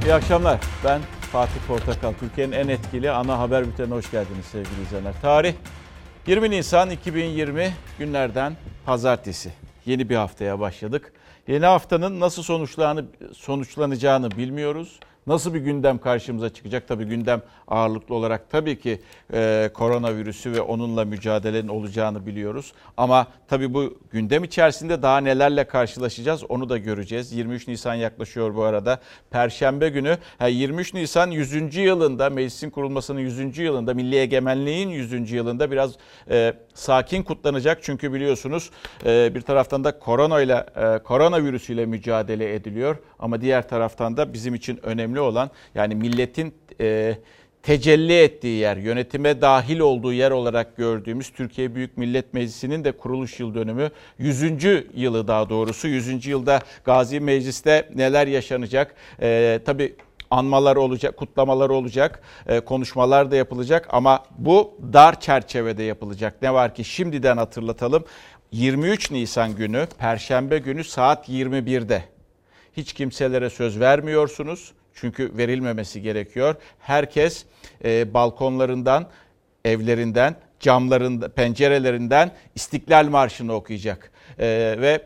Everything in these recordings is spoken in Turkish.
İyi akşamlar. Ben Fatih Portakal. Türkiye'nin en etkili ana haber bültenine hoş geldiniz sevgili izleyenler. Tarih 20 Nisan 2020 günlerden pazartesi. Yeni bir haftaya başladık. Yeni haftanın nasıl sonuçlanacağını bilmiyoruz. Nasıl bir gündem karşımıza çıkacak? Tabii gündem ağırlıklı olarak tabii ki koronavirüsü ve onunla mücadelenin olacağını biliyoruz. Ama tabii bu gündem içerisinde daha nelerle karşılaşacağız onu da göreceğiz. 23 Nisan yaklaşıyor bu arada. Perşembe günü 23 Nisan 100. yılında, meclisin kurulmasının 100. yılında, milli egemenliğin 100. yılında biraz sakin kutlanacak. Çünkü biliyorsunuz bir taraftan da koronavirüsüyle mücadele ediliyor. Ama diğer taraftan da bizim için önemli olan, yani milletin tecelli ettiği yer, yönetime dahil olduğu yer olarak gördüğümüz Türkiye Büyük Millet Meclisi'nin de kuruluş yıl dönümü, 100. yılı daha doğrusu. 100. yılda Gazi Meclis'te neler yaşanacak? Tabii anmalar olacak, kutlamalar olacak, konuşmalar da yapılacak ama bu dar çerçevede yapılacak. Ne var ki şimdiden hatırlatalım. 23 Nisan günü, Perşembe günü saat 21'de. Hiç kimselere söz vermiyorsunuz. Çünkü verilmemesi gerekiyor. Herkes balkonlarından, evlerinden, camlarından, pencerelerinden İstiklal Marşı'nı okuyacak. Ve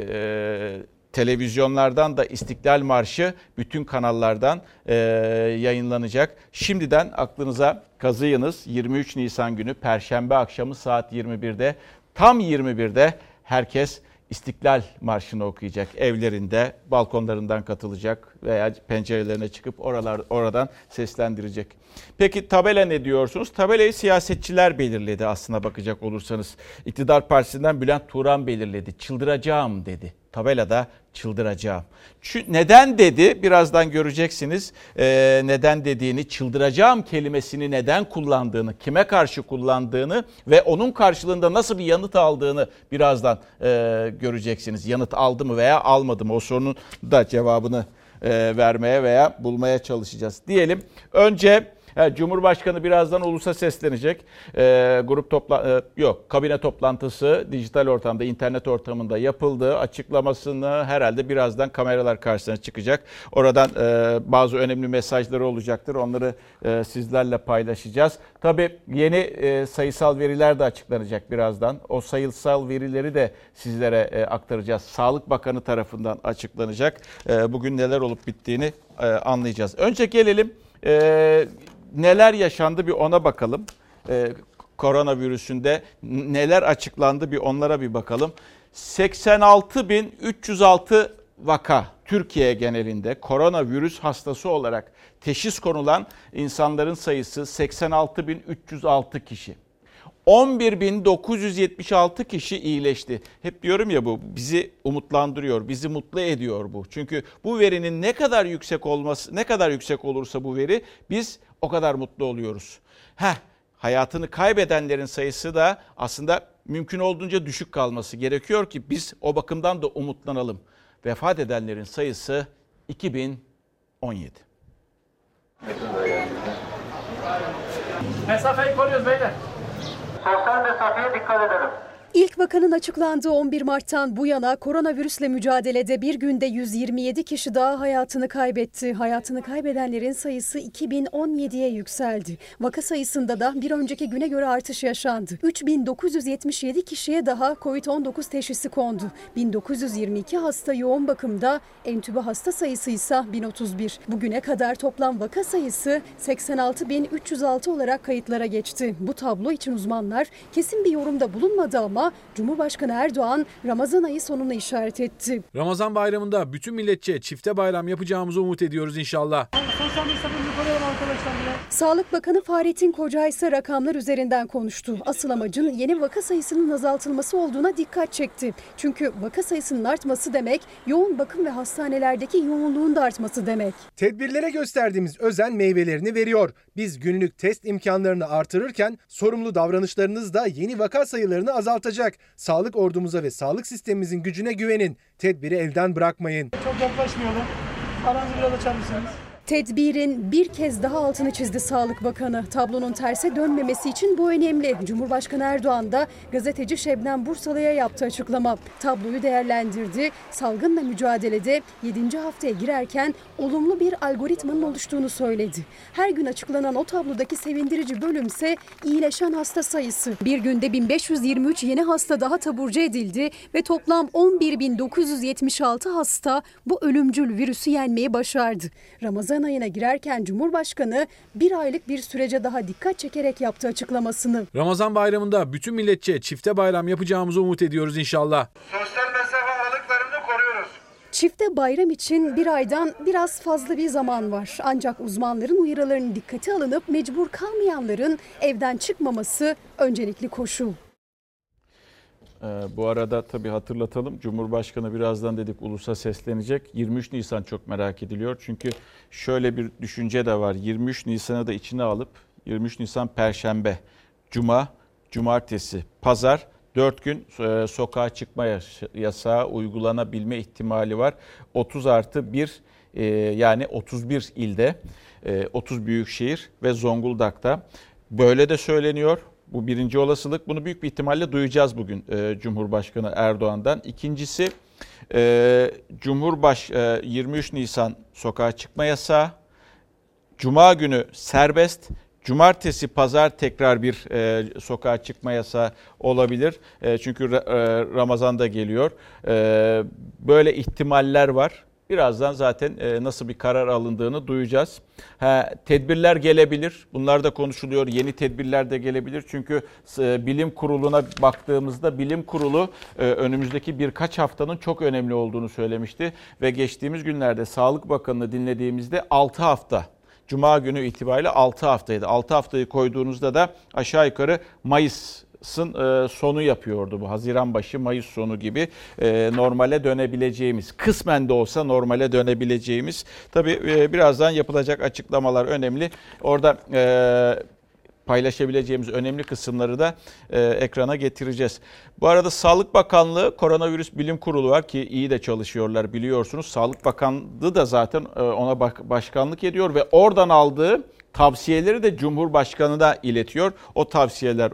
televizyonlardan da İstiklal Marşı bütün kanallardan yayınlanacak. Şimdiden aklınıza kazıyınız. 23 Nisan günü Perşembe akşamı saat 21'de, tam 21'de herkes İstiklal Marşı'nı okuyacak. Evlerinde, balkonlarından katılacak veya pencerelerine çıkıp oradan seslendirecek. Peki tabela ne diyorsunuz? Tabelayı siyasetçiler belirledi aslına bakacak olursanız. İktidar Partisi'nden Bülent Turan belirledi. Çıldıracağım dedi. Tabelada çıldıracağım. Neden dedi? Birazdan göreceksiniz neden dediğini, çıldıracağım kelimesini neden kullandığını, kime karşı kullandığını ve onun karşılığında nasıl bir yanıt aldığını birazdan göreceksiniz. Yanıt aldı mı veya almadı mı? O sorunun da cevabını vermeye veya bulmaya çalışacağız. Diyelim önce Cumhurbaşkanı birazdan ulusa seslenecek. Kabine toplantısı dijital ortamda, internet ortamında yapıldı. Açıklamasını herhalde birazdan kameralar karşısına çıkacak. Oradan bazı önemli mesajları olacaktır. Onları sizlerle paylaşacağız. Tabii yeni sayısal veriler de açıklanacak birazdan. O sayısal verileri de sizlere aktaracağız. Sağlık Bakanı tarafından açıklanacak. Bugün neler olup bittiğini anlayacağız. Önce gelelim neler yaşandı bir ona bakalım. Koronavirüsünde neler açıklandı bir onlara bir bakalım. 86.306 vaka Türkiye genelinde koronavirüs hastası olarak teşhis konulan insanların sayısı 86.306 kişi. 11.976 kişi iyileşti. Hep diyorum ya, bu bizi umutlandırıyor, bizi mutlu ediyor bu. Çünkü bu verinin ne kadar yüksek olursa bu veri biz o kadar mutlu oluyoruz. Hayatını kaybedenlerin sayısı da aslında mümkün olduğunca düşük kalması gerekiyor ki biz o bakımdan da umutlanalım. Vefat edenlerin sayısı 2017. Mesafeyi koruyoruz beyler. Sosyal mesafeye dikkat edelim. İlk vakanın açıklandığı 11 Mart'tan bu yana koronavirüsle mücadelede bir günde 127 kişi daha hayatını kaybetti. Hayatını kaybedenlerin sayısı 2017'ye yükseldi. Vaka sayısında da bir önceki güne göre artış yaşandı. 3.977 kişiye daha COVID-19 teşhisi kondu. 1922 hasta yoğun bakımda, entübe hasta sayısı ise 1031. Bugüne kadar toplam vaka sayısı 86.306 olarak kayıtlara geçti. Bu tablo için uzmanlar kesin bir yorumda bulunmadı ama Cumhurbaşkanı Erdoğan Ramazan ayı sonuna işaret etti. Ramazan bayramında bütün milletçe çifte bayram yapacağımızı umut ediyoruz inşallah. Sosyal mesafemizi koruyalım arkadaşlar. Sağlık Bakanı Fahrettin Koca ise rakamlar üzerinden konuştu. Asıl amacın yeni vaka sayısının azaltılması olduğuna dikkat çekti. Çünkü vaka sayısının artması demek yoğun bakım ve hastanelerdeki yoğunluğun da artması demek. Tedbirlere gösterdiğimiz özen meyvelerini veriyor. Biz günlük test imkanlarını artırırken sorumlu davranışlarınız da yeni vaka sayılarını azaltacak. Sağlık ordumuza ve sağlık sistemimizin gücüne güvenin. Tedbiri elden bırakmayın. Çok yaklaşmayalım. Aranızı biraz açar mısınız? Tedbirin bir kez daha altını çizdi Sağlık Bakanı. Tablonun terse dönmemesi için bu önemli. Cumhurbaşkanı Erdoğan da gazeteci Şebnem Bursalı'ya yaptığı açıklama. Tabloyu değerlendirdi. Salgınla mücadelede 7. haftaya girerken olumlu bir algoritmanın oluştuğunu söyledi. Her gün açıklanan o tablodaki sevindirici bölümse iyileşen hasta sayısı. Bir günde 1523 yeni hasta daha taburcu edildi ve toplam 11.976 hasta bu ölümcül virüsü yenmeyi başardı. Ramazan ayına girerken Cumhurbaşkanı bir aylık bir sürece daha dikkat çekerek yaptı açıklamasını. Ramazan bayramında bütün milletçe çifte bayram yapacağımızı umut ediyoruz inşallah. Sosyal mesafe aralıklarını koruyoruz. Çifte bayram için bir aydan biraz fazla bir zaman var. Ancak uzmanların uyarılarının dikkate alınıp mecbur kalmayanların evden çıkmaması öncelikli koşul. Bu arada tabii hatırlatalım, Cumhurbaşkanı birazdan dedik ulusa seslenecek. 23 Nisan çok merak ediliyor. Çünkü şöyle bir düşünce de var. 23 Nisan'ı da içine alıp 23 Nisan Perşembe, Cuma, Cumartesi, Pazar 4 gün sokağa çıkma yasağı uygulanabilme ihtimali var. 30+1 yani 31 ilde, 30 büyükşehir ve Zonguldak'ta böyle de söyleniyor. Bu birinci olasılık. Bunu büyük bir ihtimalle duyacağız bugün Cumhurbaşkanı Erdoğan'dan. İkincisi 23 Nisan sokağa çıkma yasağı. Cuma günü serbest. Cumartesi, pazar tekrar bir sokağa çıkma yasağı olabilir. Çünkü Ramazan da geliyor. Böyle ihtimaller var. Birazdan zaten nasıl bir karar alındığını duyacağız. Tedbirler gelebilir. Bunlar da konuşuluyor. Yeni tedbirler de gelebilir. Çünkü bilim kuruluna baktığımızda bilim kurulu önümüzdeki birkaç haftanın çok önemli olduğunu söylemişti. Ve geçtiğimiz günlerde Sağlık Bakanı'nı dinlediğimizde 6 hafta. Cuma günü itibariyle 6 haftaydı. 6 haftayı koyduğunuzda da aşağı yukarı Mayıs'ın sonu yapıyordu bu. Haziran başı, Mayıs sonu gibi normale dönebileceğimiz, kısmen de olsa normale dönebileceğimiz. Tabii birazdan yapılacak açıklamalar önemli. Orada paylaşabileceğimiz önemli kısımları da ekrana getireceğiz. Bu arada Sağlık Bakanlığı Koronavirüs Bilim Kurulu var ki iyi de çalışıyorlar biliyorsunuz. Sağlık Bakanlığı da zaten ona başkanlık ediyor ve oradan aldığı tavsiyeleri de Cumhurbaşkanı'na iletiyor. O tavsiyeler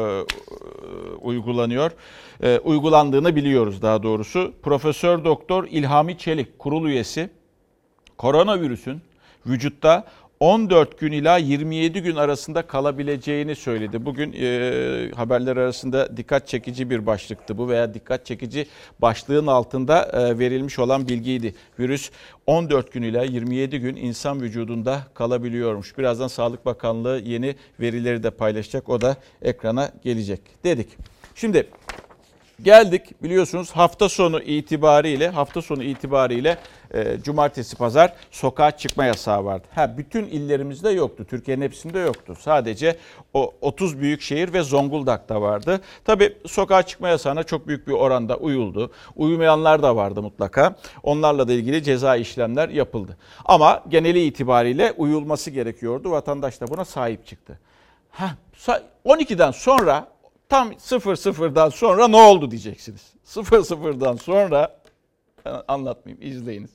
uygulanıyor. Uygulandığını biliyoruz daha doğrusu. Profesör Doktor İlhami Çelik kurul üyesi koronavirüsün vücutta 14 gün ila 27 gün arasında kalabileceğini söyledi. Bugün haberler arasında dikkat çekici bir başlıktı bu veya dikkat çekici başlığın altında verilmiş olan bilgiydi. Virüs 14 gün ila 27 gün insan vücudunda kalabiliyormuş. Birazdan Sağlık Bakanlığı yeni verileri de paylaşacak. O da ekrana gelecek dedik. Şimdi geldik biliyorsunuz hafta sonu itibariyle cumartesi pazar sokağa çıkma yasağı vardı. Bütün illerimizde yoktu. Türkiye'nin hepsinde yoktu. Sadece o 30 büyükşehir ve Zonguldak'ta vardı. Tabii sokağa çıkma yasağına çok büyük bir oranda uyuldu. Uyumayanlar da vardı mutlaka. Onlarla da ilgili ceza işlemler yapıldı. Ama geneli itibariyle uyulması gerekiyordu. Vatandaş da buna sahip çıktı. 12'den sonra tam 00'dan sonra ne oldu diyeceksiniz. 00'dan sonra anlatmayayım, izleyiniz.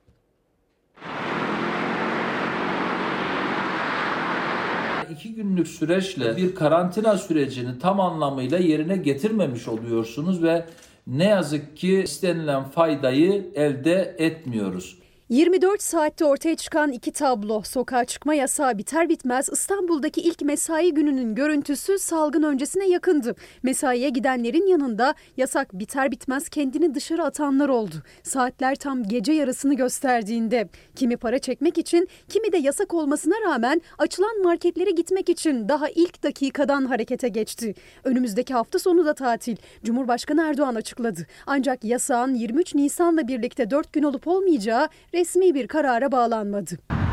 İki günlük süreçle bir karantina sürecini tam anlamıyla yerine getirmemiş oluyorsunuz ve ne yazık ki istenilen faydayı elde etmiyoruz. 24 saatte ortaya çıkan iki tablo. Sokağa çıkma yasağı biter bitmez İstanbul'daki ilk mesai gününün görüntüsü salgın öncesine yakındı. Mesaiye gidenlerin yanında yasak biter bitmez kendini dışarı atanlar oldu. Saatler tam gece yarısını gösterdiğinde kimi para çekmek için, kimi de yasak olmasına rağmen açılan marketlere gitmek için daha ilk dakikadan harekete geçti. Önümüzdeki hafta sonu da tatil. Cumhurbaşkanı Erdoğan açıkladı. Ancak yasağın 23 Nisan'la birlikte 4 gün olup olmayacağı resmi bir karara bağlanmadı.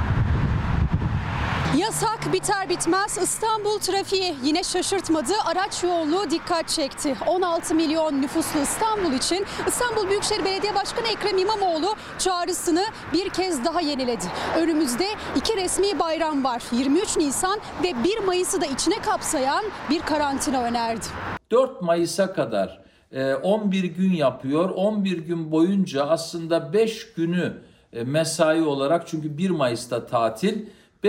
Yasak biter bitmez İstanbul trafiği yine şaşırtmadı. Araç yoğunluğu dikkat çekti. 16 milyon nüfuslu İstanbul için İstanbul Büyükşehir Belediye Başkanı Ekrem İmamoğlu çağrısını bir kez daha yeniledi. Önümüzde iki resmi bayram var. 23 Nisan ve 1 Mayıs'ı da içine kapsayan bir karantina önerdi. 4 Mayıs'a kadar 11 gün yapıyor. 11 gün boyunca aslında 5 günü mesai olarak, çünkü 1 Mayıs'ta tatil.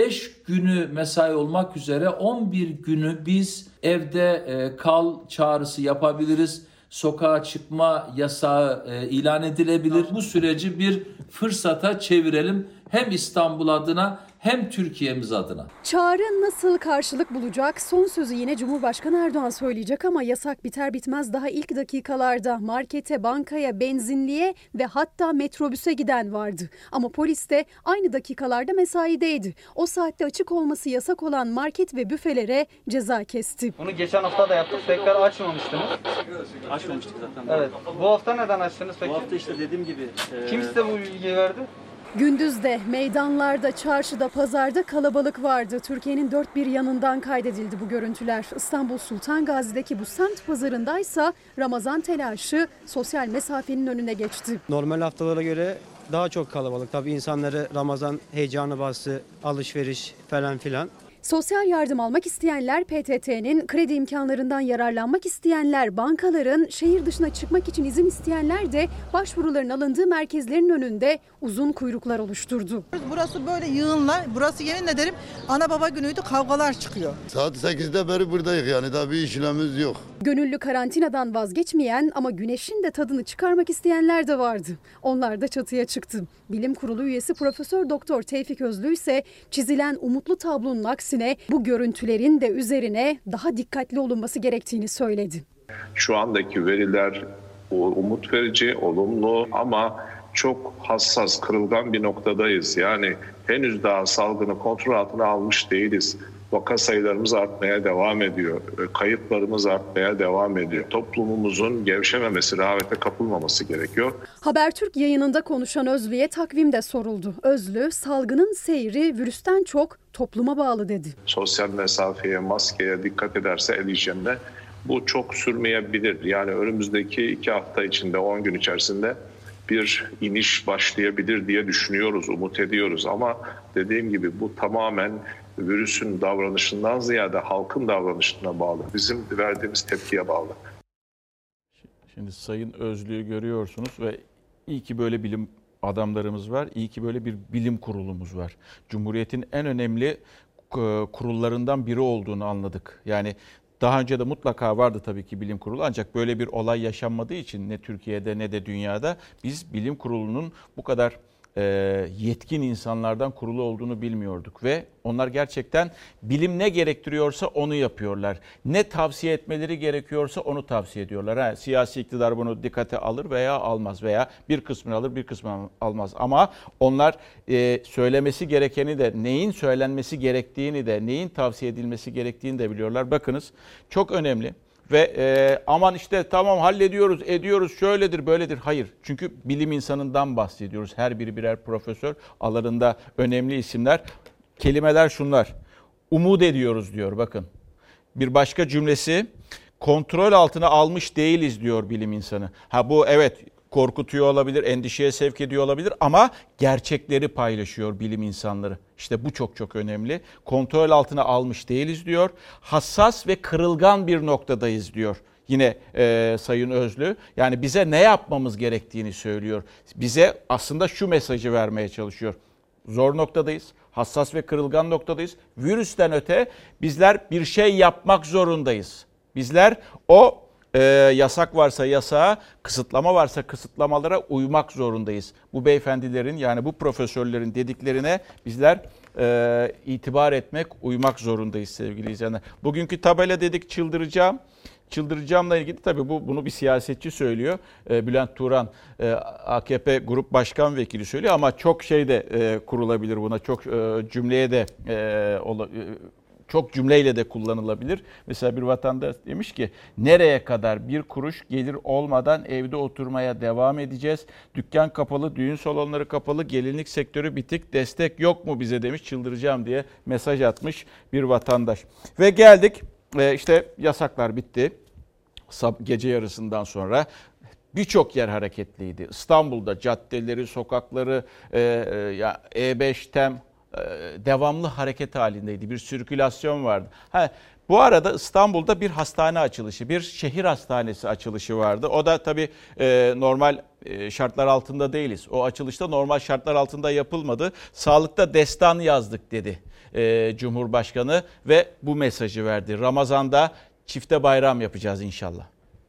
5 günü mesai olmak üzere 11 günü biz evde kal çağrısı yapabiliriz. Sokağa çıkma yasağı ilan edilebilir. Bu süreci bir fırsata çevirelim. Hem İstanbul adına hem Türkiye'miz adına. Çağrı nasıl karşılık bulacak? Son sözü yine Cumhurbaşkanı Erdoğan söyleyecek ama yasak biter bitmez daha ilk dakikalarda markete, bankaya, benzinliğe ve hatta metrobüse giden vardı. Ama polis de aynı dakikalarda mesaideydi. O saatte açık olması yasak olan market ve büfelere ceza kesti. Bunu geçen hafta da yaptık. Tekrar açmamıştınız. Açmamıştık zaten. Evet. Bu hafta neden açtınız peki? Bu hafta işte dediğim gibi. Kim size bu bilgiyi verdi? Gündüzde meydanlarda, çarşıda, pazarda kalabalık vardı. Türkiye'nin dört bir yanından kaydedildi bu görüntüler. İstanbul Sultan Gazi'deki bu semt pazarındaysa Ramazan telaşı sosyal mesafenin önüne geçti. Normal haftalara göre daha çok kalabalık. Tabii insanları Ramazan heyecanı bastı, alışveriş falan filan. Sosyal yardım almak isteyenler, PTT'nin kredi imkanlarından yararlanmak isteyenler, bankaların şehir dışına çıkmak için izin isteyenler de başvuruların alındığı merkezlerin önünde uzun kuyruklar oluşturdu. Burası böyle yığınla, burası yemin ederim ana baba günüydü, kavgalar çıkıyor. Saat 8'de beri buradayız, yani daha bir işlemimiz yok. Gönüllü karantinadan vazgeçmeyen ama güneşin de tadını çıkarmak isteyenler de vardı. Onlar da çatıya çıktı. Bilim Kurulu üyesi Profesör Doktor Tevfik Özlü ise çizilen umutlu tablonun aksine bu görüntülerin de üzerine daha dikkatli olunması gerektiğini söyledi. Şu andaki veriler umut verici, olumlu ama çok hassas, kırılgan bir noktadayız. Yani henüz daha salgını kontrol altına almış değiliz. Vaka sayılarımız artmaya devam ediyor. Kayıplarımız artmaya devam ediyor. Toplumumuzun gevşememesi, rehavete kapılmaması gerekiyor. Habertürk yayınında konuşan Özlü'ye takvim de soruldu. Özlü, salgının seyri virüsten çok topluma bağlı dedi. Sosyal mesafeye, maskeye dikkat ederse, el hijyenine bu çok sürmeyebilir. Yani önümüzdeki 2 hafta içinde, 10 gün içerisinde bir iniş başlayabilir diye düşünüyoruz, umut ediyoruz. Ama dediğim gibi bu tamamen virüsün davranışından ziyade halkın davranışına bağlı. Bizim verdiğimiz tepkiye bağlı. Şimdi Sayın Özlü'yü görüyorsunuz ve iyi ki böyle bilim adamlarımız var. İyi ki böyle bir bilim kurulumuz var. Cumhuriyet'in en önemli kurullarından biri olduğunu anladık. Yani daha önce de mutlaka vardı tabii ki bilim kurulu, ancak böyle bir olay yaşanmadığı için ne Türkiye'de ne de dünyada biz bilim kurulunun bu kadar yetkin insanlardan kurulu olduğunu bilmiyorduk ve onlar gerçekten bilim ne gerektiriyorsa onu yapıyorlar. Ne tavsiye etmeleri gerekiyorsa onu tavsiye ediyorlar. Siyasi iktidar bunu dikkate alır veya almaz veya bir kısmını alır bir kısmını almaz. Ama onlar söylemesi gerekeni de, neyin söylenmesi gerektiğini de, neyin tavsiye edilmesi gerektiğini de biliyorlar. Bakınız, çok önemli. Ve aman işte tamam hallediyoruz, ediyoruz, şöyledir, böyledir. Hayır. Çünkü bilim insanından bahsediyoruz. Her biri birer profesör, alanında önemli isimler. Kelimeler şunlar. Umut ediyoruz diyor, bakın. Bir başka cümlesi, kontrol altına almış değiliz diyor bilim insanı. Bu evet korkutuyor olabilir, endişeye sevk ediyor olabilir ama gerçekleri paylaşıyor bilim insanları. İşte bu çok çok önemli. Kontrol altına almış değiliz diyor. Hassas ve kırılgan bir noktadayız diyor. Yine Sayın Özlü, yani bize ne yapmamız gerektiğini söylüyor. Bize aslında şu mesajı vermeye çalışıyor. Zor noktadayız, hassas ve kırılgan noktadayız. Virüsten öte bizler bir şey yapmak zorundayız. Bizler o yasak varsa yasağa, kısıtlama varsa kısıtlamalara uymak zorundayız. Bu beyefendilerin, yani bu profesörlerin dediklerine bizler itibar etmek, uymak zorundayız sevgili izleyenler. Bugünkü tabela dedik çıldıracağım. Çıldıracağımla ilgili tabii bunu bir siyasetçi söylüyor. Bülent Turan, AKP Grup Başkan Vekili söylüyor ama çok şey de kurulabilir buna. Çok cümleye de çok cümleyle de kullanılabilir. Mesela bir vatandaş demiş ki, nereye kadar bir kuruş gelir olmadan evde oturmaya devam edeceğiz? Dükkan kapalı, düğün salonları kapalı, gelinlik sektörü bitik, destek yok mu bize demiş, çıldıracağım diye mesaj atmış bir vatandaş. Ve geldik işte yasaklar bitti. Gece yarısından sonra birçok yer hareketliydi. İstanbul'da caddeleri, sokakları, E5, TEM devamlı hareket halindeydi. Bir sirkülasyon vardı. Bu arada İstanbul'da bir hastane açılışı, bir şehir hastanesi açılışı vardı. O da tabii normal şartlar altında değiliz. O açılışta normal şartlar altında yapılmadı. Sağlıkta destan yazdık dedi Cumhurbaşkanı ve bu mesajı verdi. Ramazan'da çifte bayram yapacağız inşallah.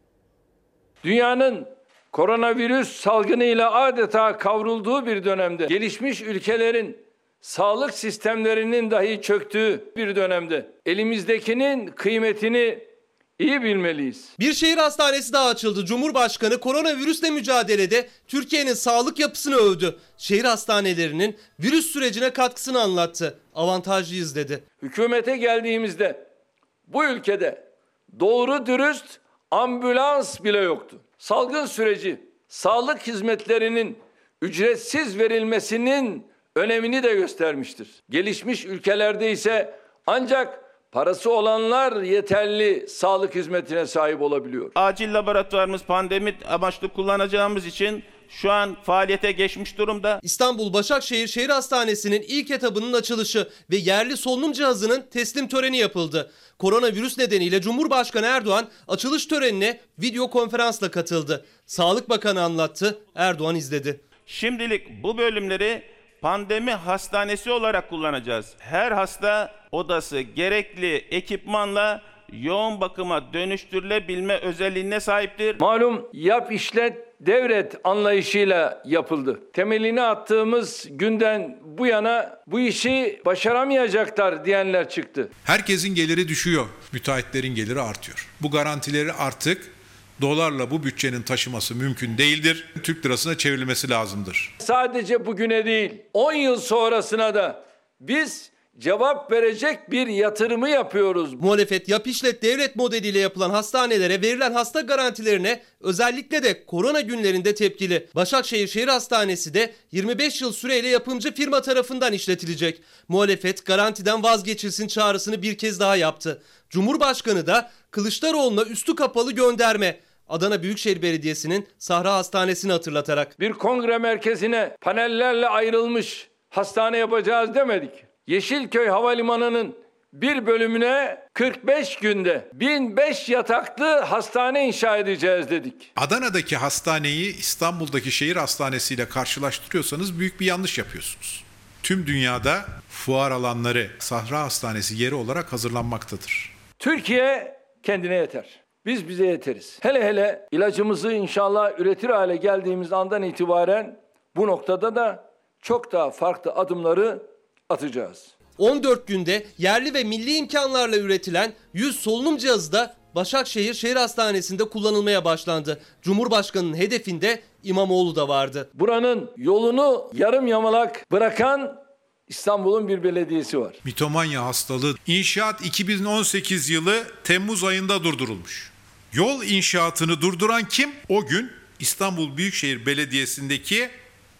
Dünyanın koronavirüs salgınıyla adeta kavrulduğu bir dönemde, gelişmiş ülkelerin sağlık sistemlerinin dahi çöktüğü bir dönemde elimizdekinin kıymetini iyi bilmeliyiz. Bir şehir hastanesi daha açıldı. Cumhurbaşkanı koronavirüsle mücadelede Türkiye'nin sağlık yapısını övdü. Şehir hastanelerinin virüs sürecine katkısını anlattı. Avantajlıyız dedi. Hükümete geldiğimizde bu ülkede doğru dürüst ambulans bile yoktu. Salgın süreci sağlık hizmetlerinin ücretsiz verilmesinin önemini de göstermiştir. Gelişmiş ülkelerde ise ancak parası olanlar yeterli sağlık hizmetine sahip olabiliyor. Acil laboratuvarımız pandemi amaçlı kullanacağımız için şu an faaliyete geçmiş durumda. İstanbul Başakşehir Şehir Hastanesi'nin ilk etabının açılışı ve yerli solunum cihazının teslim töreni yapıldı. Koronavirüs nedeniyle Cumhurbaşkanı Erdoğan açılış törenine video konferansla katıldı. Sağlık Bakanı anlattı, Erdoğan izledi. Şimdilik bu bölümleri pandemi hastanesi olarak kullanacağız. Her hasta odası gerekli ekipmanla yoğun bakıma dönüştürülebilme özelliğine sahiptir. Malum yap işlet devret anlayışıyla yapıldı. Temelini attığımız günden bu yana bu işi başaramayacaklar diyenler çıktı. Herkesin geliri düşüyor, müteahhitlerin geliri artıyor. Bu garantileri artık dolarla bu bütçenin taşıması mümkün değildir. Türk lirasına çevrilmesi lazımdır. Sadece bugüne değil, 10 yıl sonrasına da biz cevap verecek bir yatırımı yapıyoruz. Muhalefet yap işlet devlet modeliyle yapılan hastanelere verilen hasta garantilerine özellikle de korona günlerinde tepkili. Başakşehir Şehir Hastanesi de 25 yıl süreyle yapımcı firma tarafından işletilecek. Muhalefet garantiden vazgeçilsin çağrısını bir kez daha yaptı. Cumhurbaşkanı da Kılıçdaroğlu'na üstü kapalı gönderme. Adana Büyükşehir Belediyesi'nin Sahra Hastanesi'ni hatırlatarak. Bir kongre merkezine panellerle ayrılmış hastane yapacağız demedik. Yeşilköy Havalimanı'nın bir bölümüne 45 günde 1005 yataklı hastane inşa edeceğiz dedik. Adana'daki hastaneyi İstanbul'daki şehir hastanesiyle karşılaştırıyorsanız büyük bir yanlış yapıyorsunuz. Tüm dünyada fuar alanları Sahra Hastanesi yeri olarak hazırlanmaktadır. Türkiye kendine yeter. Biz bize yeteriz. Hele hele ilacımızı inşallah üretir hale geldiğimiz andan itibaren bu noktada da çok daha farklı adımları atacağız. 14 günde yerli ve milli imkanlarla üretilen 100 solunum cihazı da Başakşehir Şehir Hastanesi'nde kullanılmaya başlandı. Cumhurbaşkanının hedefinde İmamoğlu da vardı. Buranın yolunu yarım yamalak bırakan İstanbul'un bir belediyesi var. Mitomanya hastalığı inşaat 2018 yılı Temmuz ayında durdurulmuş. Yol inşaatını durduran kim? O gün İstanbul Büyükşehir Belediyesi'ndeki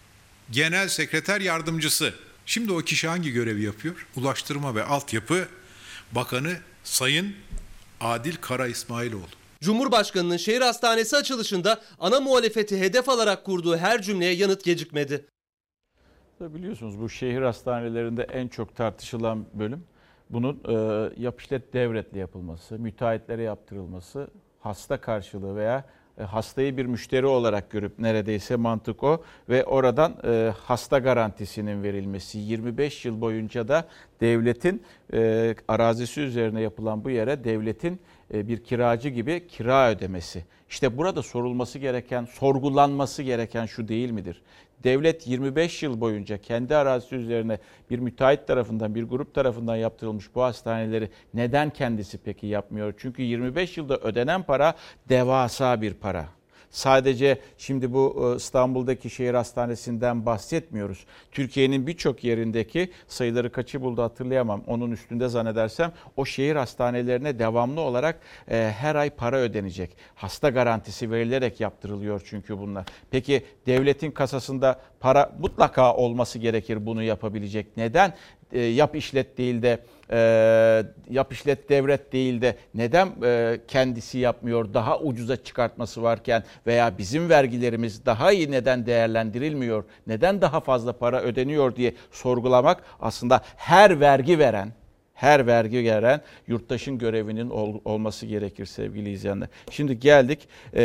Genel Sekreter Yardımcısı. Şimdi o kişi hangi görevi yapıyor? Ulaştırma ve Altyapı Bakanı Sayın Adil Kara İsmailoğlu. Cumhurbaşkanının şehir hastanesi açılışında ana muhalefeti hedef alarak kurduğu her cümleye yanıt gecikmedi. Biliyorsunuz bu şehir hastanelerinde en çok tartışılan bölüm bunun yap işlet devletle yapılması, müteahhitlere yaptırılması, hasta karşılığı veya hastayı bir müşteri olarak görüp neredeyse mantık o ve oradan hasta garantisinin verilmesi. 25 yıl boyunca da devletin arazisi üzerine yapılan bu yere devletin bir kiracı gibi kira ödemesi. İşte burada sorulması gereken, sorgulanması gereken şu değil midir? Devlet 25 yıl boyunca kendi arazisi üzerine bir müteahhit tarafından, bir grup tarafından yaptırılmış bu hastaneleri neden kendisi peki yapmıyor? Çünkü 25 yılda ödenen para devasa bir para. Sadece şimdi bu İstanbul'daki şehir hastanesinden bahsetmiyoruz. Türkiye'nin birçok yerindeki sayıları kaçı buldu hatırlayamam. Onun üstünde zannedersem o şehir hastanelerine devamlı olarak her ay para ödenecek. Hasta garantisi verilerek yaptırılıyor çünkü bunlar. Peki devletin kasasında para mutlaka olması gerekir bunu yapabilecek. Neden? Yap işlet değil de yap işlet devlet değil de neden kendisi yapmıyor, daha ucuza çıkartması varken veya bizim vergilerimiz daha iyi neden değerlendirilmiyor, neden daha fazla para ödeniyor diye sorgulamak aslında her vergi veren, Her vergi veren yurttaşın görevinin olması gerekir sevgili izleyenler. Şimdi geldik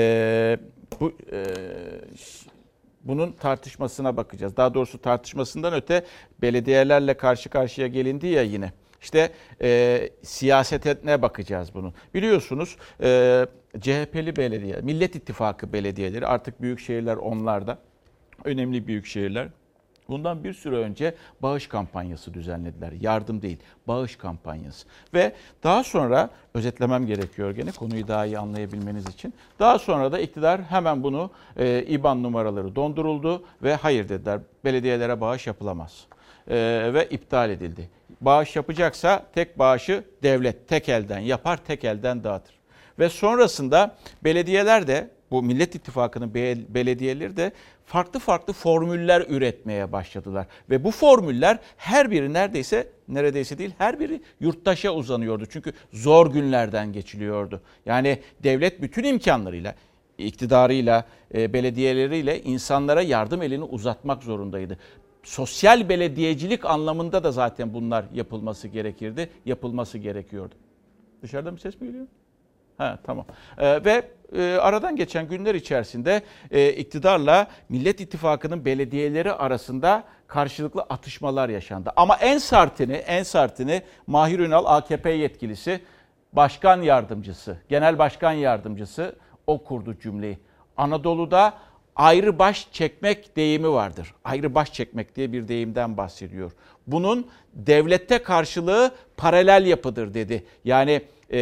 bunun tartışmasına bakacağız. Daha doğrusu tartışmasından öte belediyelerle karşı karşıya gelindi ya yine. İşte siyasetine bakacağız bunun. Biliyorsunuz CHP'li belediye, Millet İttifakı belediyeleri, artık büyük şehirler onlarda, önemli büyük şehirler. Bundan bir süre önce bağış kampanyası düzenlediler. Yardım değil, bağış kampanyası. Ve daha sonra, özetlemem gerekiyor gene konuyu daha iyi anlayabilmeniz için. Daha sonra da iktidar hemen bunu İBAN numaraları donduruldu ve hayır dediler, belediyelere bağış yapılamaz. Ve iptal edildi. Bağış yapacaksa tek bağışı devlet tek elden yapar, tek elden dağıtır. Ve sonrasında belediyeler de, bu Millet İttifakı'nın belediyeleri de farklı farklı formüller üretmeye başladılar. Ve bu formüller her biri neredeyse değil, her biri yurttaşa uzanıyordu. Çünkü zor günlerden geçiliyordu. Yani devlet bütün imkanlarıyla, iktidarıyla, belediyeleriyle insanlara yardım elini uzatmak zorundaydı. Sosyal belediyecilik anlamında da zaten bunlar yapılması gerekirdi, yapılması gerekiyordu. Dışarıdan bir ses mi geliyor? Ha, tamam. Ve aradan geçen günler içerisinde iktidarla Millet İttifakı'nın belediyeleri arasında karşılıklı atışmalar yaşandı. Ama en sertini Mahir Ünal, AKP yetkilisi, başkan yardımcısı, genel başkan yardımcısı o kurdu cümleyi. Anadolu'da ayrı baş çekmek deyimi vardır. Ayrı baş çekmek diye bir deyimden bahsediyor. Bunun devlette karşılığı paralel yapıdır dedi. Yani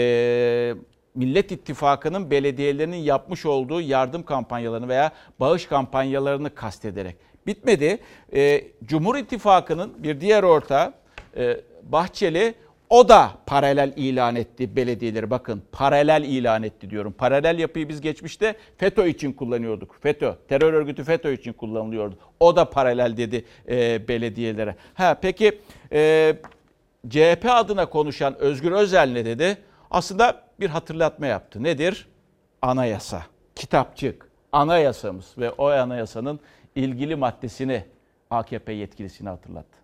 Millet İttifakı'nın belediyelerinin yapmış olduğu yardım kampanyalarını veya bağış kampanyalarını kastederek. Bitmedi. Cumhur İttifakı'nın bir diğer ortağı Bahçeli, o da paralel ilan etti belediyeleri. Bakın, paralel ilan etti diyorum. Paralel yapıyı biz geçmişte FETÖ için kullanıyorduk. FETÖ, terör örgütü FETÖ için kullanılıyordu. O da paralel dedi belediyelere. Peki CHP adına konuşan Özgür Özel ne dedi? Aslında bir hatırlatma yaptı. Nedir? Anayasa, kitapçık, anayasamız ve o anayasanın ilgili maddesini AKP yetkilisine hatırlattı.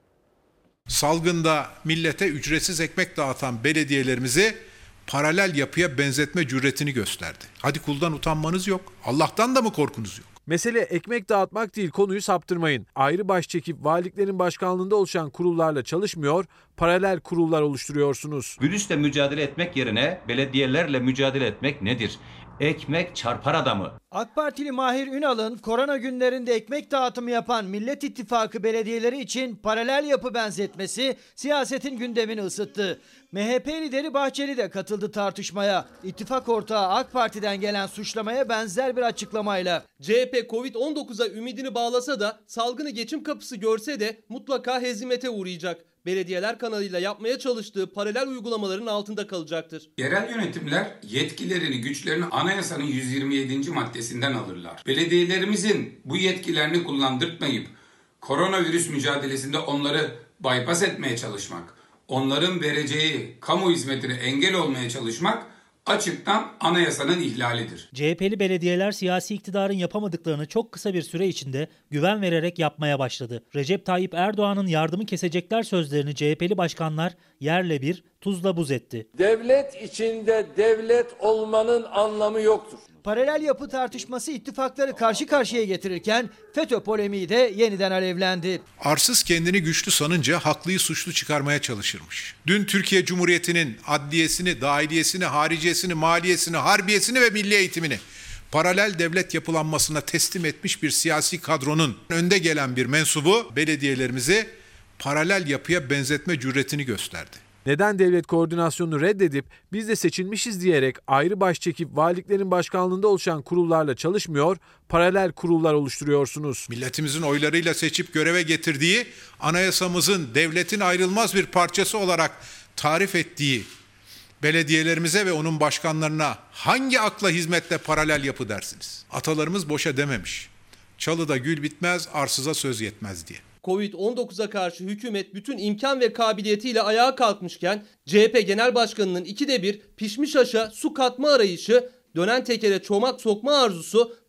Salgında millete ücretsiz ekmek dağıtan belediyelerimizi paralel yapıya benzetme cüretini gösterdi. Hadi kuldan utanmanız yok. Allah'tan da mı korkunuz yok? Mesele ekmek dağıtmak değil, konuyu saptırmayın. Ayrı baş çekip valiliklerin başkanlığında oluşan kurullarla çalışmıyor, paralel kurullar oluşturuyorsunuz. Virüsle mücadele etmek yerine belediyelerle mücadele etmek nedir? Ekmek çarpar adamı. AK Partili Mahir Ünal'ın korona günlerinde ekmek dağıtımı yapan Millet İttifakı belediyeleri için paralel yapı benzetmesi siyasetin gündemini ısıttı. MHP lideri Bahçeli de katıldı tartışmaya. İttifak ortağı AK Parti'den gelen suçlamaya benzer bir açıklamayla. CHP Covid-19'a ümidini bağlasa da, salgını geçim kapısı görse de mutlaka hezimete uğrayacak. Belediyeler kanalıyla yapmaya çalıştığı paralel uygulamaların altında kalacaktır. Yerel yönetimler yetkilerini, güçlerini anayasanın 127. maddesinden alırlar. Belediyelerimizin bu yetkilerini kullandırtmayıp koronavirüs mücadelesinde onları bypass etmeye çalışmak, onların vereceği kamu hizmetine engel olmaya çalışmak açıktan anayasanın ihlalidir. CHP'li belediyeler siyasi iktidarın yapamadıklarını çok kısa bir süre içinde güven vererek yapmaya başladı. Recep Tayyip Erdoğan'ın yardımı kesecekler sözlerini CHP'li başkanlar yerle bir, tuzla buz etti. Devlet içinde devlet olmanın anlamı yoktur. Paralel yapı tartışması ittifakları karşı karşıya getirirken FETÖ polemiği de yeniden alevlendi. Arsız kendini güçlü sanınca haklıyı suçlu çıkarmaya çalışırmış. Dün Türkiye Cumhuriyeti'nin adliyesini, dahiliyesini, hariciyesini, maliyesini, harbiyesini ve milli eğitimini paralel devlet yapılanmasına teslim etmiş bir siyasi kadronun önde gelen bir mensubu belediyelerimizi paralel yapıya benzetme cüretini gösterdi. Neden devlet koordinasyonunu reddedip biz de seçilmişiz diyerek ayrı baş çekip valiliklerin başkanlığında oluşan kurullarla çalışmıyor, paralel kurullar oluşturuyorsunuz? Milletimizin oylarıyla seçip göreve getirdiği, anayasamızın devletin ayrılmaz bir parçası olarak tarif ettiği belediyelerimize ve onun başkanlarına hangi akla hizmetle paralel yapı dersiniz? Atalarımız boşa dememiş. Çalıda gül bitmez, arsıza söz yetmez diye. Covid-19'a karşı hükümet bütün imkan ve kabiliyetiyle ayağa kalkmışken CHP Genel Başkanı'nın 2'de 1 pişmiş aşa su katma arayışı, dönen tekere çomak sokma arzusu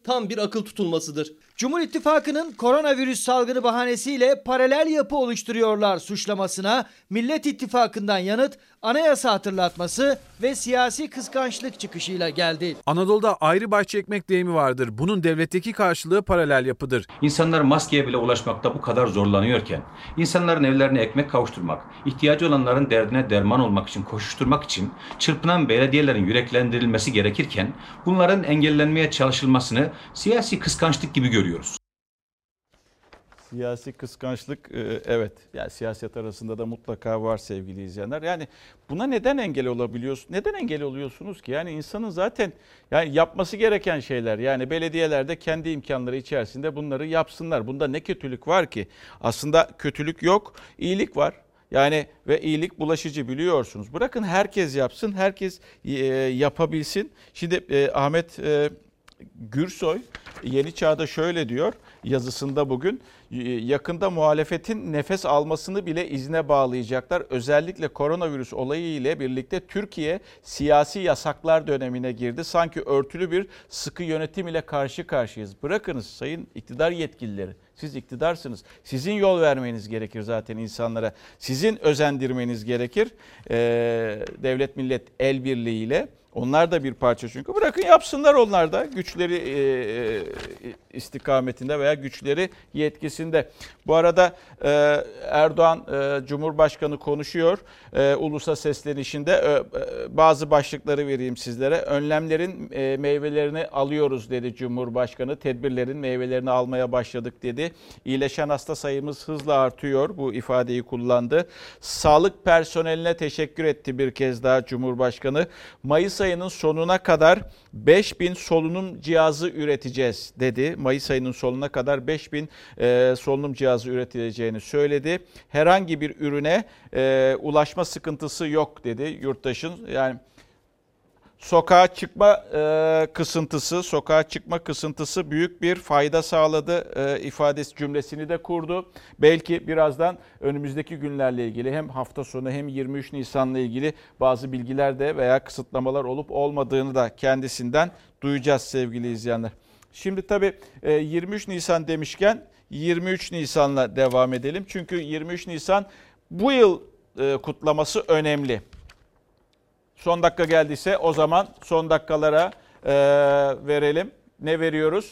tam bir akıl tutulmasıdır. Cumhur İttifakı'nın koronavirüs salgını bahanesiyle paralel yapı oluşturuyorlar suçlamasına Millet İttifakı'ndan yanıt anayasa hatırlatması ve siyasi kıskançlık çıkışıyla geldi. Anadolu'da ayrı baş çekmek deyimi vardır. Bunun devletteki karşılığı paralel yapıdır. İnsanlar maskeye bile ulaşmakta bu kadar zorlanıyorken, insanların evlerine ekmek kavuşturmak, ihtiyacı olanların derdine derman olmak için koşuşturmak için çırpınan belediyelerin yüreklendirilmesi gerekirken bunların engellenmeye çalışılmasını siyasi kıskançlık gibi görüyoruz. Siyasi kıskançlık, evet, yani siyaset arasında da mutlaka var sevgili izleyenler. Yani buna neden engel olabiliyorsunuz? Neden engel oluyorsunuz ki? Yani insanın zaten yani yapması gereken şeyler, yani belediyeler de kendi imkanları içerisinde bunları yapsınlar. Bunda ne kötülük var ki? Aslında kötülük yok, iyilik var. Yani ve iyilik bulaşıcı, biliyorsunuz. Bırakın herkes yapsın, herkes yapabilsin. Şimdi Ahmet Gürsoy Yeni Çağ'da şöyle diyor yazısında bugün: yakında muhalefetin nefes almasını bile izne bağlayacaklar. Özellikle koronavirüs olayı ile birlikte Türkiye siyasi yasaklar dönemine girdi. Sanki örtülü bir sıkı yönetim ile karşı karşıyayız. Bırakınız sayın iktidar yetkilileri. Siz iktidarsınız. Sizin yol vermeniz gerekir zaten insanlara. Sizin özendirmeniz gerekir. Devlet millet el birliğiyle. Onlar da bir parça çünkü. Bırakın yapsınlar onlar da güçleri istikametinde veya güçleri yetkisinde. Bu arada Erdoğan Cumhurbaşkanı konuşuyor. Ulusa seslenişinde bazı başlıkları vereyim sizlere. Önlemlerin meyvelerini alıyoruz dedi Cumhurbaşkanı. Tedbirlerin meyvelerini almaya başladık dedi. İyileşen hasta sayımız hızla artıyor. Bu ifadeyi kullandı. Sağlık personeline teşekkür etti bir kez daha Cumhurbaşkanı. Mayıs ayının sonuna kadar 5.000 solunum cihazı üreteceğiz dedi. Mayıs ayının sonuna kadar 5.000 solunum cihazı üretileceğini söyledi. Herhangi bir ürüne ulaşma sıkıntısı yok dedi yurttaşın. Yani sokağa çıkma kısıntısı büyük bir fayda sağladı ifadesi cümlesini de kurdu. Belki birazdan önümüzdeki günlerle ilgili hem hafta sonu hem 23 Nisan'la ilgili bazı bilgiler de veya kısıtlamalar olup olmadığını da kendisinden duyacağız sevgili izleyenler. Şimdi tabii 23 Nisan demişken 23 Nisan'la devam edelim. Çünkü 23 Nisan bu yıl kutlaması önemli. Son dakika geldiyse o zaman son dakikalara verelim. Ne veriyoruz?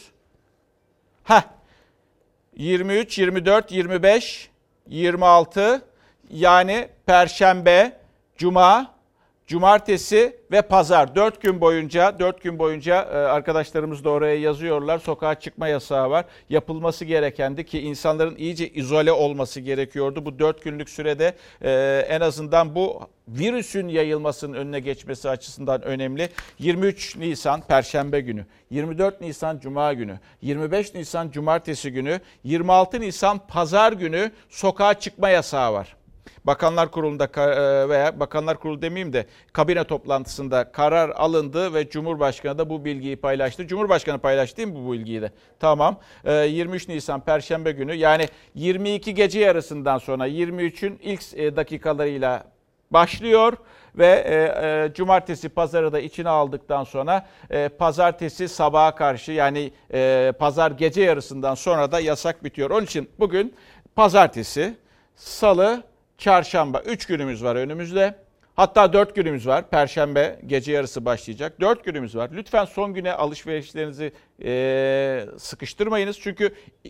23, 24, 25, 26 yani Perşembe, Cuma, Cumartesi ve Pazar 4 gün boyunca arkadaşlarımız da oraya yazıyorlar. Sokağa çıkma yasağı var. Yapılması gerekendi ki insanların iyice izole olması gerekiyordu. Bu 4 günlük sürede en azından bu virüsün yayılmasının önüne geçmesi açısından önemli. 23 Nisan Perşembe günü, 24 Nisan Cuma günü, 25 Nisan Cumartesi günü, 26 Nisan Pazar günü sokağa çıkma yasağı var. Bakanlar Kurulu'nda veya Bakanlar Kurulu demeyeyim de kabine toplantısında karar alındı ve Cumhurbaşkanı da bu bilgiyi paylaştı. Cumhurbaşkanı paylaştı değil mi bu bilgiyi de? Tamam. 23 Nisan Perşembe günü yani 22 gece yarısından sonra 23'ün ilk dakikalarıyla başlıyor ve Cumartesi Pazarı da içine aldıktan sonra Pazartesi sabaha karşı yani Pazar gece yarısından sonra da yasak bitiyor. Onun için bugün Pazartesi, Salı, Çarşamba 3 günümüz var önümüzde. Hatta 4 günümüz var. Perşembe gece yarısı başlayacak. 4 günümüz var. Lütfen son güne alışverişlerinizi sıkıştırmayınız. Çünkü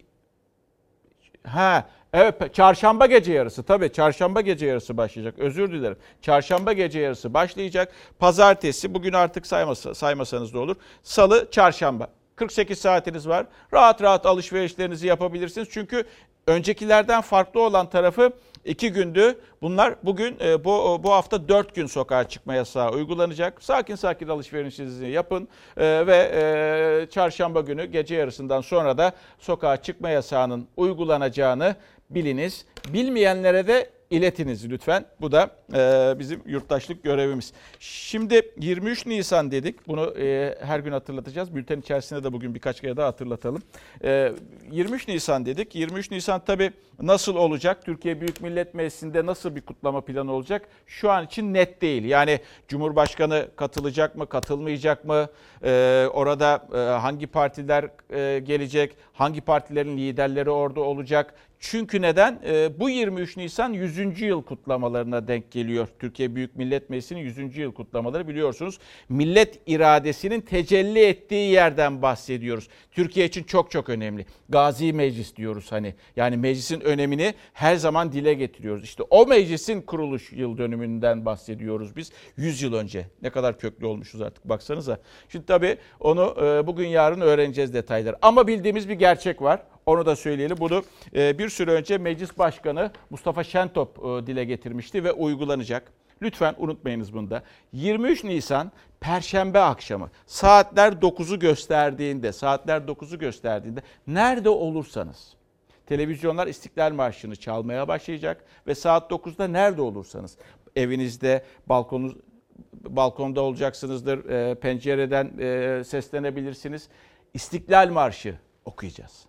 evet Çarşamba gece yarısı tabii Çarşamba gece yarısı başlayacak. Özür dilerim. Çarşamba gece yarısı başlayacak. Pazartesi bugün artık saymasanız da olur. Salı, Çarşamba. 48 saatiniz var. Rahat rahat alışverişlerinizi yapabilirsiniz. Çünkü öncekilerden farklı olan tarafı 2 gündü. Bunlar bugün bu hafta 4 gün sokağa çıkma yasağı uygulanacak. Sakin alışverişinizi yapın ve Çarşamba günü gece yarısından sonra da sokağa çıkma yasağının uygulanacağını biliniz. Bilmeyenlere de iletiniz lütfen. Bu da bizim yurttaşlık görevimiz. Şimdi 23 Nisan dedik. Bunu her gün hatırlatacağız. Bülten içerisinde de bugün birkaç kere daha hatırlatalım. 23 Nisan dedik. 23 Nisan tabii nasıl olacak? Türkiye Büyük Millet Meclisi'nde nasıl bir kutlama planı olacak? Şu an için net değil. Yani Cumhurbaşkanı katılacak mı, katılmayacak mı? Orada hangi partiler gelecek? Hangi partilerin liderleri orada olacak? Çünkü neden? Bu 23 Nisan 100. yıl kutlamalarına denk geliyor. Türkiye Büyük Millet Meclisi'nin 100. yıl kutlamaları, biliyorsunuz. Millet iradesinin tecelli ettiği yerden bahsediyoruz. Türkiye için çok çok önemli. Gazi Meclis diyoruz hani. Yani meclisin önemini her zaman dile getiriyoruz. İşte o meclisin kuruluş yıl dönümünden bahsediyoruz biz. 100 yıl önce. Ne kadar köklü olmuşuz artık baksanıza. Şimdi tabii onu bugün yarın öğreneceğiz detayları. Ama bildiğimiz bir gerçek var. Onu da söyleyelim. Bunu bir süre önce Meclis Başkanı Mustafa Şentop dile getirmişti ve uygulanacak. Lütfen unutmayınız bunu da. 23 Nisan Perşembe akşamı saatler 9'u gösterdiğinde nerede olursanız, televizyonlar İstiklal Marşı'nı çalmaya başlayacak ve saat 9'da nerede olursanız, evinizde, balkonda olacaksınızdır, pencereden seslenebilirsiniz. İstiklal Marşı okuyacağız.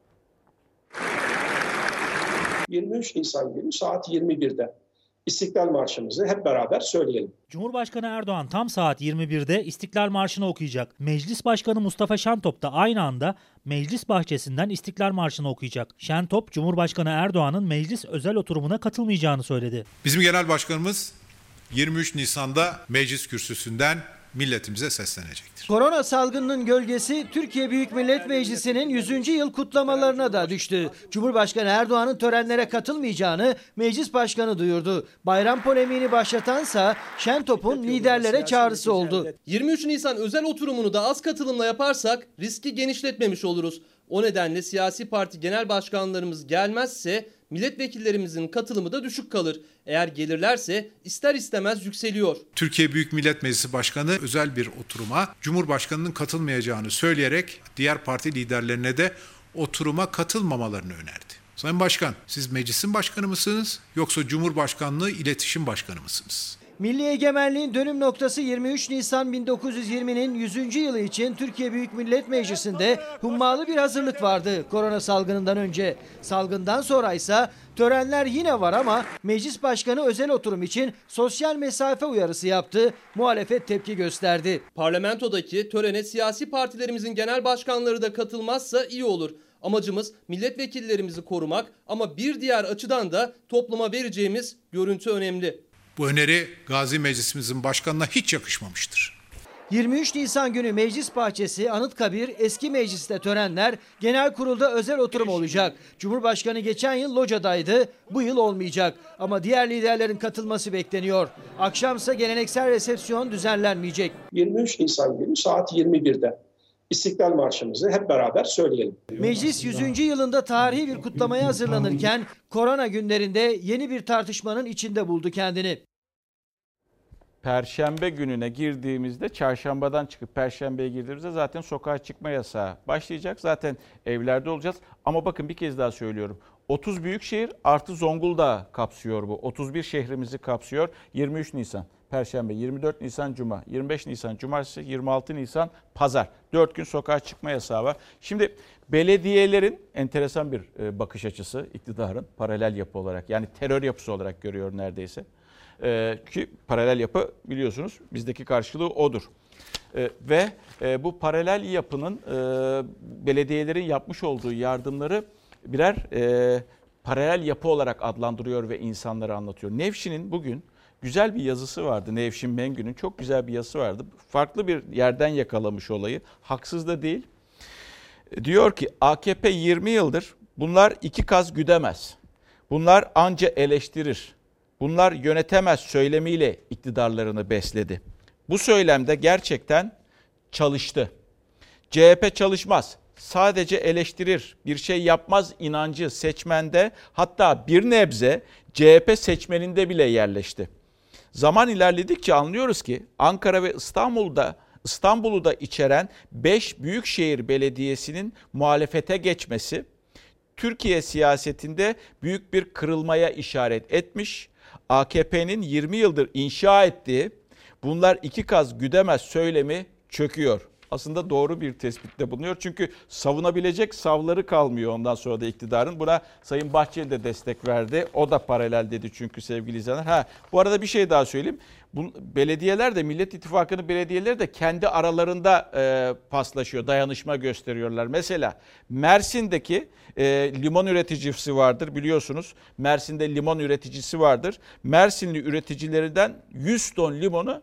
23 Nisan günü saat 21'de İstiklal Marşımızı hep beraber söyleyelim. Cumhurbaşkanı Erdoğan tam saat 21'de İstiklal Marşı'nı okuyacak. Meclis Başkanı Mustafa Şentop da aynı anda meclis bahçesinden İstiklal Marşı'nı okuyacak. Şentop, Cumhurbaşkanı Erdoğan'ın meclis özel oturumuna katılmayacağını söyledi. Bizim Genel Başkanımız 23 Nisan'da meclis kürsüsünden milletimize seslenecektir. Korona salgınının gölgesi Türkiye Büyük Millet Meclisi'nin 100. yıl kutlamalarına da düştü. Cumhurbaşkanı Erdoğan'ın törenlere katılmayacağını Meclis Başkanı duyurdu. Bayram polemiğini başlatansa Şentop'un liderlere çağrısı oldu. 23 Nisan özel oturumunu da az katılımla yaparsak riski genişletmemiş oluruz. O nedenle siyasi parti genel başkanlarımız gelmezse milletvekillerimizin katılımı da düşük kalır. Eğer gelirlerse ister istemez yükseliyor. Türkiye Büyük Millet Meclisi Başkanı özel bir oturuma Cumhurbaşkanı'nın katılmayacağını söyleyerek diğer parti liderlerine de oturuma katılmamalarını önerdi. Sayın Başkan, siz meclisin başkanı mısınız yoksa Cumhurbaşkanlığı İletişim Başkanı mısınız? Milli egemenliğin dönüm noktası 23 Nisan 1920'nin 100. yılı için Türkiye Büyük Millet Meclisi'nde hummalı bir hazırlık vardı korona salgınından önce. Salgından sonra ise törenler yine var ama Meclis Başkanı özel oturum için sosyal mesafe uyarısı yaptı. Muhalefet tepki gösterdi. Parlamentodaki törene siyasi partilerimizin genel başkanları da katılmazsa iyi olur. Amacımız milletvekillerimizi korumak ama bir diğer açıdan da topluma vereceğimiz görüntü önemli. Bu öneri Gazi Meclisimizin başkanına hiç yakışmamıştır. 23 Nisan günü Meclis Bahçesi, Anıtkabir, Eski Meclis'te törenler, genel kurulda özel oturum olacak. Cumhurbaşkanı geçen yıl locadaydı, bu yıl olmayacak. Ama diğer liderlerin katılması bekleniyor. Akşamsa geleneksel resepsiyon düzenlenmeyecek. 23 Nisan günü saat 21'de İstiklal Marşımızı hep beraber söyleyelim. Meclis 100. yılında tarihi bir kutlamaya hazırlanırken korona günlerinde yeni bir tartışmanın içinde buldu kendini. Perşembe gününe girdiğimizde, çarşambadan çıkıp perşembeye girdiğimizde zaten sokağa çıkma yasağı başlayacak. Zaten evlerde olacağız. Ama bakın bir kez daha söylüyorum. 30 büyükşehir artı Zonguldak'ı kapsıyor bu. 31 şehrimizi kapsıyor. 23 Nisan Perşembe, 24 Nisan Cuma, 25 Nisan Cumartesi, 26 Nisan Pazar. 4 gün sokağa çıkma yasağı var. Şimdi belediyelerin enteresan bir bakış açısı, iktidarın paralel yapı olarak, yani terör yapısı olarak görüyor neredeyse. Ki paralel yapı biliyorsunuz bizdeki karşılığı odur. Ve bu paralel yapının belediyelerin yapmış olduğu yardımları birer paralel yapı olarak adlandırıyor ve insanlara anlatıyor. Nevşin'in bugün güzel bir yazısı vardı. Nevşin Mengü'nün çok güzel bir yazısı vardı. Farklı bir yerden yakalamış olayı. Haksız da değil. Diyor ki AKP 20 yıldır bunlar iki kaz güdemez. Bunlar anca eleştirir. Bunlar yönetemez söylemiyle iktidarlarını besledi. Bu söylemde gerçekten çalıştı. CHP çalışmaz. Sadece eleştirir, bir şey yapmaz inancı seçmende, hatta bir nebze CHP seçmeninde bile yerleşti. Zaman ilerledikçe anlıyoruz ki Ankara ve İstanbul'u da içeren 5 büyükşehir belediyesinin muhalefete geçmesi Türkiye siyasetinde büyük bir kırılmaya işaret etmiş. AKP'nin 20 yıldır inşa ettiği bunlar iki kaz güdemez söylemi çöküyor. Aslında doğru bir tespitte bulunuyor. Çünkü savunabilecek savları kalmıyor ondan sonra da iktidarın. Buna Sayın Bahçeli de destek verdi. O da paralel dedi çünkü sevgili izleyenler. Bu arada bir şey daha söyleyeyim. Belediyeler de, Millet İttifakı'nın belediyeleri de kendi aralarında paslaşıyor, dayanışma gösteriyorlar. Mesela Mersin'deki limon üreticisi vardır biliyorsunuz. Mersin'de limon üreticisi vardır. Mersinli üreticilerinden 100 ton limonu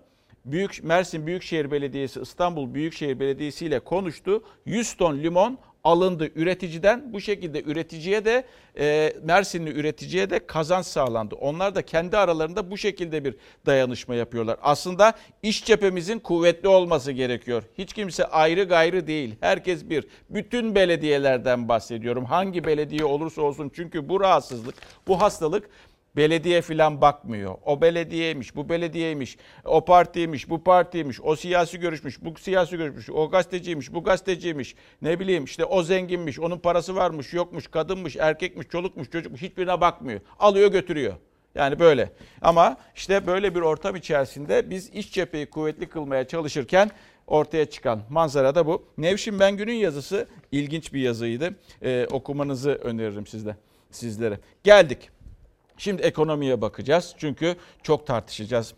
Mersin Büyükşehir Belediyesi, İstanbul Büyükşehir Belediyesi ile konuştu. 100 ton limon alındı üreticiden. Bu şekilde üreticiye de Mersinli üreticiye de kazanç sağlandı. Onlar da kendi aralarında bu şekilde bir dayanışma yapıyorlar. Aslında iç cephemizin kuvvetli olması gerekiyor. Hiç kimse ayrı gayrı değil. Herkes bir. Bütün belediyelerden bahsediyorum. Hangi belediye olursa olsun. Çünkü bu rahatsızlık, bu hastalık belediye filan bakmıyor. O belediyeymiş, bu belediyeymiş, o partiymiş, bu partiymiş, o siyasi görüşmüş, bu siyasi görüşmüş, o gazeteciymiş, bu gazeteciymiş, ne bileyim işte o zenginmiş, onun parası varmış, yokmuş, kadınmış, erkekmiş, çolukmuş, çocukmuş, hiçbirine bakmıyor. Alıyor götürüyor. Yani böyle. Ama işte böyle bir ortam içerisinde biz iç cepheyi kuvvetli kılmaya çalışırken ortaya çıkan manzara da bu. Nevşin Mengü'nün yazısı ilginç bir yazıydı. Okumanızı öneririm sizlere. Geldik. Şimdi ekonomiye bakacağız çünkü çok tartışacağız.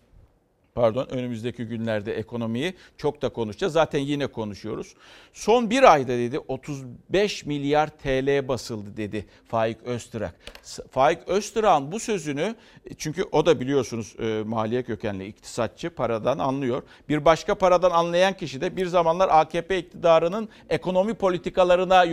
Önümüzdeki günlerde ekonomiyi çok da konuşacağız. Zaten yine konuşuyoruz. Son bir ayda dedi 35 milyar TL basıldı dedi Faik Öztürk. Faik Öztürk'ün bu sözünü, çünkü o da biliyorsunuz maliye kökenli iktisatçı, paradan anlıyor. Bir başka paradan anlayan kişi de bir zamanlar AKP iktidarının ekonomi politikalarına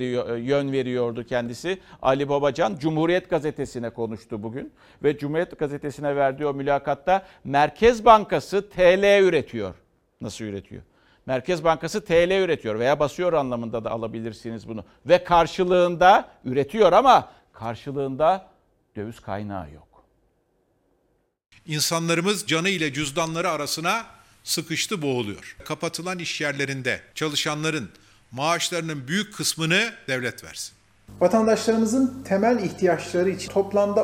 yön veriyordu kendisi. Ali Babacan Cumhuriyet Gazetesi'ne konuştu bugün ve Cumhuriyet Gazetesi'ne verdiği o mülakatta Merkez Bankası TL üretiyor. Nasıl üretiyor? Merkez Bankası TL üretiyor veya basıyor anlamında da alabilirsiniz bunu. Ve karşılığında üretiyor ama karşılığında döviz kaynağı yok. İnsanlarımız canı ile cüzdanları arasına sıkıştı, boğuluyor. Kapatılan iş yerlerinde çalışanların maaşlarının büyük kısmını devlet versin. Vatandaşlarımızın temel ihtiyaçları için toplamda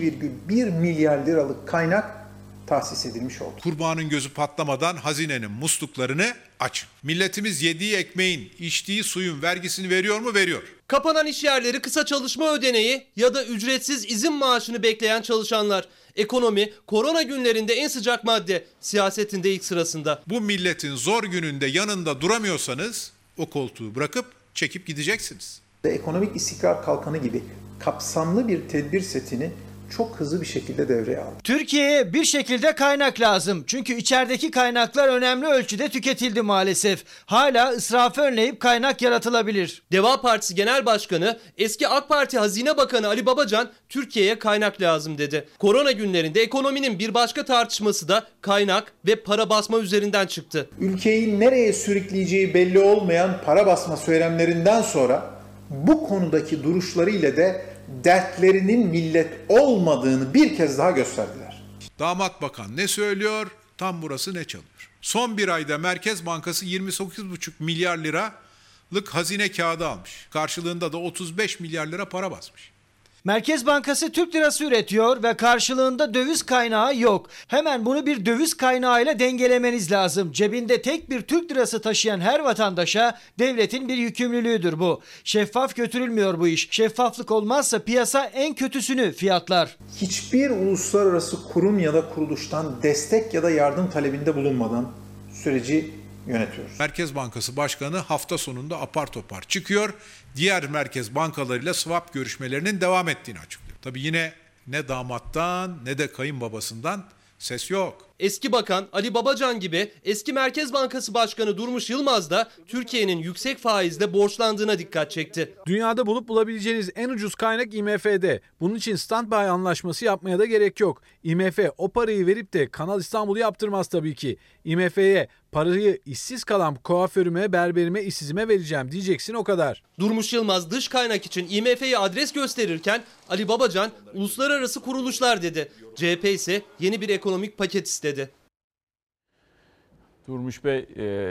12,1 milyar liralık kaynak tahsis edilmiş oldu. Kurbanın gözü patlamadan hazinenin musluklarını açın. Milletimiz yediği ekmeğin, içtiği suyun vergisini veriyor mu? Veriyor. Kapanan iş yerleri, kısa çalışma ödeneği ya da ücretsiz izin maaşını bekleyen çalışanlar. Ekonomi korona günlerinde en sıcak madde, siyasetinde ilk sırasında. Bu milletin zor gününde yanında duramıyorsanız o koltuğu bırakıp çekip gideceksiniz. Ekonomik istikrar kalkanı gibi kapsamlı bir tedbir setini çok hızlı bir şekilde devreye aldı. Türkiye'ye bir şekilde kaynak lazım. Çünkü içerideki kaynaklar önemli ölçüde tüketildi maalesef. Hala israfı önleyip kaynak yaratılabilir. Deva Partisi Genel Başkanı, eski AK Parti Hazine Bakanı Ali Babacan Türkiye'ye kaynak lazım dedi. Korona günlerinde ekonominin bir başka tartışması da kaynak ve para basma üzerinden çıktı. Ülkeyi nereye sürükleyeceği belli olmayan para basma söylemlerinden sonra bu konudaki duruşlarıyla da dertlerinin millet olmadığını bir kez daha gösterdiler. Damat bakan ne söylüyor? Tam burası ne çalıyor? Son bir ayda Merkez Bankası 28,5 milyar liralık hazine kağıdı almış. Karşılığında da 35 milyar lira para basmış. Merkez Bankası Türk lirası üretiyor ve karşılığında döviz kaynağı yok. Hemen bunu bir döviz kaynağıyla dengelemeniz lazım. Cebinde tek bir Türk lirası taşıyan her vatandaşa devletin bir yükümlülüğüdür bu. Şeffaf götürülmüyor bu iş. Şeffaflık olmazsa piyasa en kötüsünü fiyatlar. Hiçbir uluslararası kurum ya da kuruluştan destek ya da yardım talebinde bulunmadan süreci yönetiyoruz. Merkez Bankası Başkanı hafta sonunda apar topar çıkıyor. Diğer merkez bankalarıyla swap görüşmelerinin devam ettiğini açıklıyor. Tabii yine ne damattan ne de kayınbabasından ses yok. Eski bakan Ali Babacan gibi eski Merkez Bankası Başkanı Durmuş Yılmaz da Türkiye'nin yüksek faizle borçlandığına dikkat çekti. Dünyada bulup bulabileceğiniz en ucuz kaynak IMF'de. Bunun için standby anlaşması yapmaya da gerek yok. IMF o parayı verip de Kanal İstanbul'u yaptırmaz tabii ki. IMF'ye parayı işsiz kalan kuaförüme, berberime, işsizime vereceğim diyeceksin, o kadar. Durmuş Yılmaz dış kaynak için IMF'ye adres gösterirken Ali Babacan uluslararası kuruluşlar dedi. CHP ise yeni bir ekonomik paket istedi. Durmuş Bey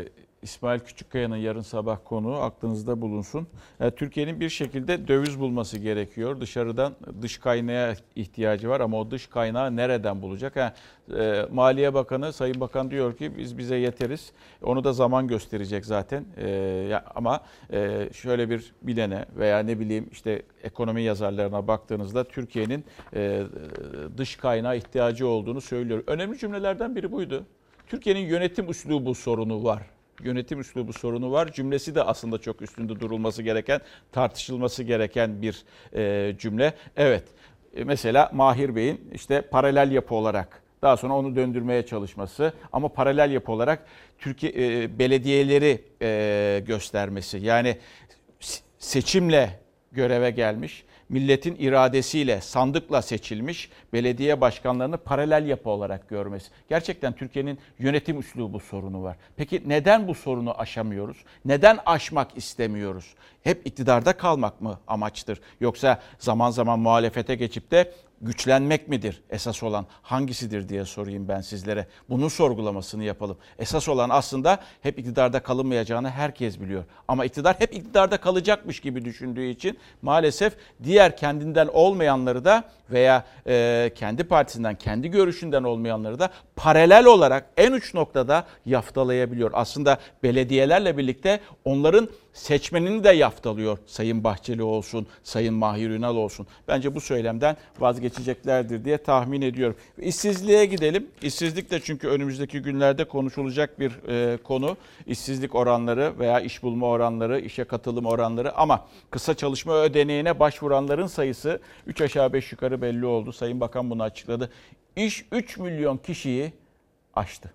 İsmail Küçükkaya'nın yarın sabah konuğu, aklınızda bulunsun. Türkiye'nin bir şekilde döviz bulması gerekiyor. Dışarıdan dış kaynağa ihtiyacı var ama o dış kaynağı nereden bulacak? Maliye Bakanı, Sayın Bakan diyor ki biz bize yeteriz. Onu da zaman gösterecek zaten. Ama şöyle bir bilene veya ne bileyim işte ekonomi yazarlarına baktığınızda Türkiye'nin dış kaynağa ihtiyacı olduğunu söylüyor. Önemli cümlelerden biri buydu. Türkiye'nin yönetim üslubu sorunu var. Yönetim üslubu sorunu var. Cümlesi de aslında çok üstünde durulması gereken, tartışılması gereken bir cümle. Evet, mesela Mahir Bey'in işte paralel yapı olarak daha sonra onu döndürmeye çalışması ama paralel yapı olarak Türkiye belediyeleri göstermesi. Yani seçimle göreve gelmiş, milletin iradesiyle, sandıkla seçilmiş belediye başkanlarını paralel yapı olarak görmesi. Gerçekten Türkiye'nin yönetim üslubu sorunu var. Peki neden bu sorunu aşamıyoruz? Neden aşmak istemiyoruz? Hep iktidarda kalmak mı amaçtır? Yoksa zaman zaman muhalefete geçip de güçlenmek midir esas olan? Hangisidir diye sorayım ben sizlere. Bunun sorgulamasını yapalım. Esas olan aslında hep iktidarda kalınmayacağını herkes biliyor. Ama iktidar hep iktidarda kalacakmış gibi düşündüğü için maalesef diğer kendinden olmayanları da veya kendi partisinden, kendi görüşünden olmayanları da paralel olarak en uç noktada yaftalayabiliyor. Aslında belediyelerle birlikte onların seçmenini de yaftalıyor. Sayın Bahçeli olsun, Sayın Mahir Ünal olsun. Bence bu söylemden vazgeçeceklerdir diye tahmin ediyorum. İşsizliğe gidelim. İşsizlik de çünkü önümüzdeki günlerde konuşulacak bir konu. İşsizlik oranları veya iş bulma oranları, işe katılım oranları ama kısa çalışma ödeneğine başvuranların sayısı 3 aşağı 5 yukarı belli oldu. Sayın Bakan bunu açıkladı. İş 3 milyon kişiyi aştı.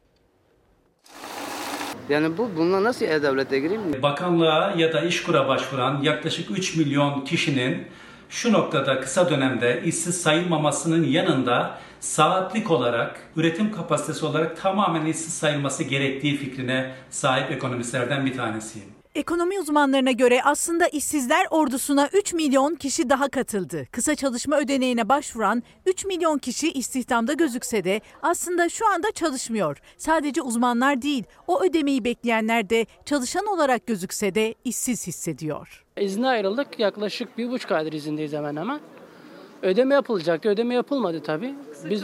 Yani bununla nasıl E-Devlet'e gireyim? Bakanlığa ya da İşkur'a başvuran yaklaşık 3 milyon kişinin şu noktada kısa dönemde işsiz sayılmamasının yanında saatlik olarak, üretim kapasitesi olarak tamamen işsiz sayılması gerektiği fikrine sahip ekonomistlerden bir tanesiyim. Ekonomi uzmanlarına göre aslında işsizler ordusuna 3 milyon kişi daha katıldı. Kısa çalışma ödeneğine başvuran 3 milyon kişi istihdamda gözükse de aslında şu anda çalışmıyor. Sadece uzmanlar değil, o ödemeyi bekleyenler de çalışan olarak gözükse de işsiz hissediyor. İzne ayrıldık. Yaklaşık 1,5 aydır izindeyiz hemen hemen. Ödeme yapılacaktı. Ödeme yapılmadı tabii.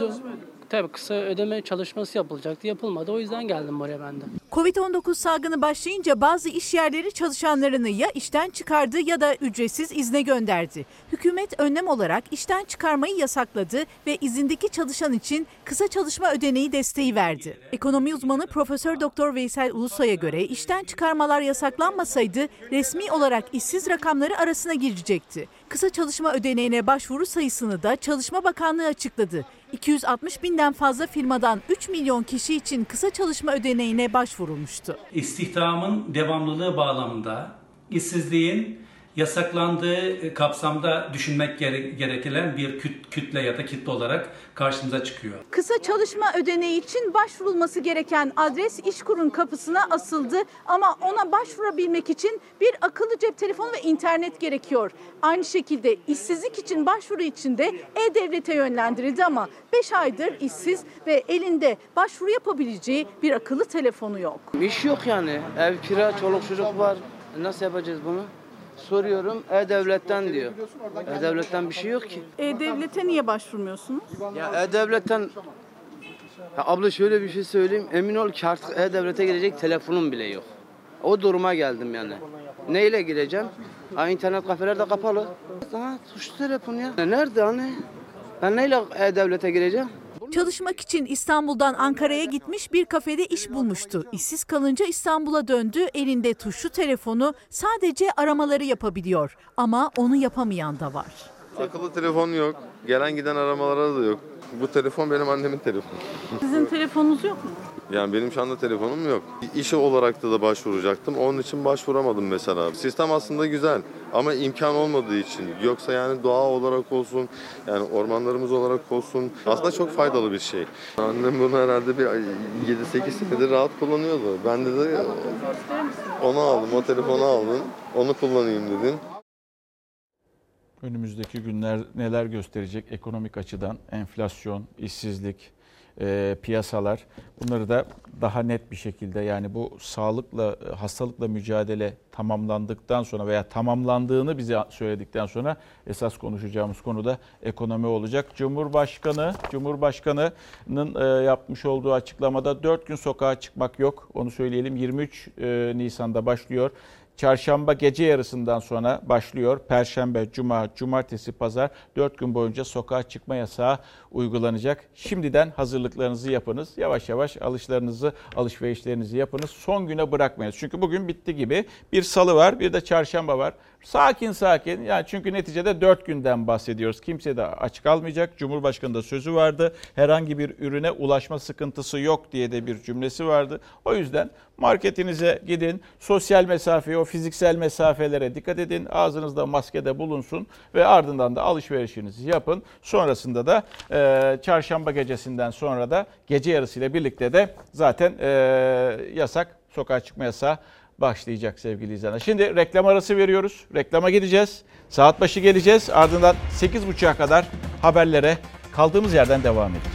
Tabii kısa ödeme çalışması yapılacaktı. Yapılmadı. O yüzden geldim buraya ben de. Covid-19 salgını başlayınca bazı iş yerleri çalışanlarını ya işten çıkardı ya da ücretsiz izne gönderdi. Hükümet önlem olarak işten çıkarmayı yasakladı ve izindeki çalışan için kısa çalışma ödeneği desteği verdi. Ekonomi uzmanı Profesör Doktor Veysel Ulusoy'a göre işten çıkarmalar yasaklanmasaydı resmi olarak işsiz rakamları arasına girecekti. Kısa çalışma ödeneğine başvuru sayısını da Çalışma Bakanlığı açıkladı. 260 binden fazla firmadan 3 milyon kişi için kısa çalışma ödeneğine başvurulmuştu. İstihdamın devamlılığı bağlamında işsizliğin yasaklandığı kapsamda düşünmek gereken bir kütle ya da kitle olarak karşımıza çıkıyor. Kısa çalışma ödeneği için başvurulması gereken adres İşkur'un kapısına asıldı ama ona başvurabilmek için bir akıllı cep telefonu ve internet gerekiyor. Aynı şekilde işsizlik için başvuru için de E-Devlet'e yönlendirildi ama 5 aydır işsiz ve elinde başvuru yapabileceği bir akıllı telefonu yok. İş yok yani. Ev kira, çoluk çocuk var. Nasıl yapacağız bunu? Soruyorum, E-Devlet'ten diyor. E-Devlet'ten bir şey yok ki. E-Devlet'e niye başvurmuyorsunuz? Ya E-Devlet'ten... Ya abla şöyle bir şey söyleyeyim. Emin ol ki artık E-Devlet'e girecek telefonum bile yok. O duruma geldim yani. Neyle gireceğim? İnternet kafeler de kapalı. Tuşlu telefon ya. Nerede hani? Ben neyle E-Devlet'e gireceğim? Çalışmak için İstanbul'dan Ankara'ya gitmiş, bir kafede iş bulmuştu. İşsiz kalınca İstanbul'a döndü. Elinde tuşlu telefonu, sadece aramaları yapabiliyor. Ama onu yapamayan da var. Akıllı telefon yok. Gelen giden aramalara da yok. Bu telefon benim annemin telefonu. Sizin telefonunuz yok mu? Yani benim şu anda telefonum yok. İş olarak da başvuracaktım. Onun için başvuramadım mesela. Sistem aslında güzel ama imkan olmadığı için. Yoksa yani doğa olarak olsun, yani ormanlarımız olarak olsun aslında çok faydalı bir şey. Annem bunu herhalde bir 7-8 senedir rahat kullanıyordu. Ben de onu aldım, o telefonu aldım. Onu kullanayım dedim. Önümüzdeki günler neler gösterecek ekonomik açıdan? Enflasyon, işsizlik, piyasalar. Bunları da daha net bir şekilde, yani bu hastalıkla mücadele tamamlandıktan sonra veya tamamlandığını bize söyledikten sonra esas konuşacağımız konu da ekonomi olacak. Cumhurbaşkanı'nın yapmış olduğu açıklamada 4 gün sokağa çıkmak yok. Onu söyleyelim. 23 Nisan'da başlıyor. Çarşamba gece yarısından sonra başlıyor. Perşembe, cuma, cumartesi, pazar 4 gün boyunca sokağa çıkma yasağı uygulanacak. Şimdiden hazırlıklarınızı yapınız. Yavaş yavaş alışverişlerinizi yapınız. Son güne bırakmayınız. Çünkü bugün bitti gibi. Bir salı var, bir de çarşamba var. Sakin. Yani çünkü neticede 4 günden bahsediyoruz. Kimse de aç kalmayacak. Cumhurbaşkanı da sözü vardı. Herhangi bir ürüne ulaşma sıkıntısı yok diye de bir cümlesi vardı. O yüzden marketinize gidin. Sosyal mesafeye, o fiziksel mesafelere dikkat edin. Ağzınızda maske de bulunsun ve ardından da alışverişinizi yapın. Sonrasında da çarşamba gecesinden sonra da gece yarısıyla birlikte de zaten sokağa çıkma yasağı başlayacak sevgili izleyenler. Şimdi reklam arası veriyoruz. Reklama gideceğiz. Saat başı geleceğiz. Ardından 8.30'a kadar haberlere kaldığımız yerden devam edeceğiz.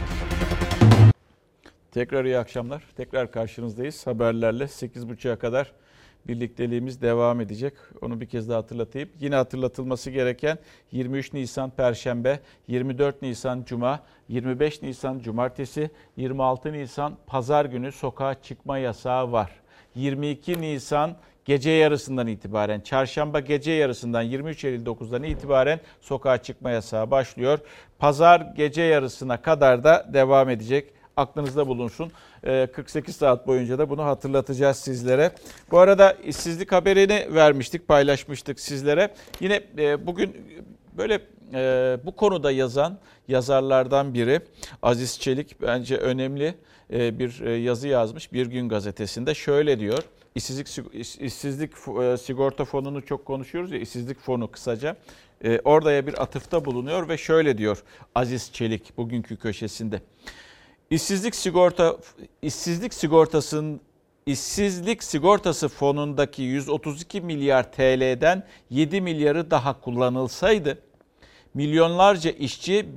Tekrar iyi akşamlar. Tekrar karşınızdayız. Haberlerle 8.30'a kadar birlikteliğimiz devam edecek. Onu bir kez daha hatırlatayım. Yine hatırlatılması gereken 23 Nisan Perşembe, 24 Nisan Cuma, 25 Nisan Cumartesi, 26 Nisan Pazar günü sokağa çıkma yasağı var. 22 Nisan gece yarısından itibaren, çarşamba gece yarısından 23.59'dan itibaren sokağa çıkma yasağı başlıyor. Pazar gece yarısına kadar da devam edecek. Aklınızda bulunsun. 48 saat boyunca da bunu hatırlatacağız sizlere. Bu arada işsizlik haberini vermiştik, paylaşmıştık sizlere. Yine bugün böyle bu konuda yazan yazarlardan biri Aziz Çelik bence önemli bir yazı yazmış Bir Gün gazetesinde. Şöyle diyor. İşsizlik sigorta fonunu çok konuşuyoruz ya, işsizlik fonu kısaca. Oraya bir atıfta bulunuyor ve şöyle diyor Aziz Çelik bugünkü köşesinde. İşsizlik sigortası fonundaki 132 milyar TL'den 7 milyarı daha kullanılsaydı milyonlarca işçi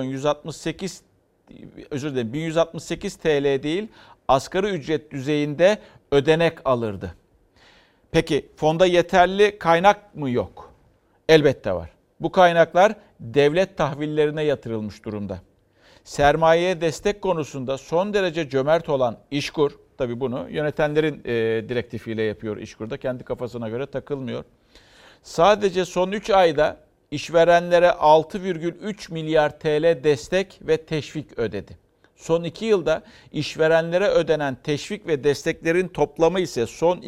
1168 TL değil asgari ücret düzeyinde ödenek alırdı. Peki fonda yeterli kaynak mı yok? Elbette var. Bu kaynaklar devlet tahvillerine yatırılmış durumda. Sermayeye destek konusunda son derece cömert olan İşkur, tabii bunu yönetenlerin direktifiyle yapıyor İşkur'da, kendi kafasına göre takılmıyor. Sadece son 3 ayda işverenlere 6,3 milyar TL destek ve teşvik ödedi. Son 2 yılda işverenlere ödenen teşvik ve desteklerin toplamı ise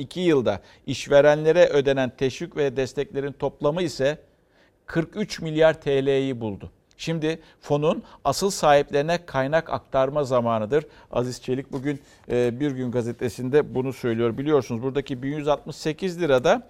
43 milyar TL'yi buldu. Şimdi fonun asıl sahiplerine kaynak aktarma zamanıdır. Aziz Çelik bugün Bir Gün gazetesinde bunu söylüyor. Biliyorsunuz buradaki 1168 lirada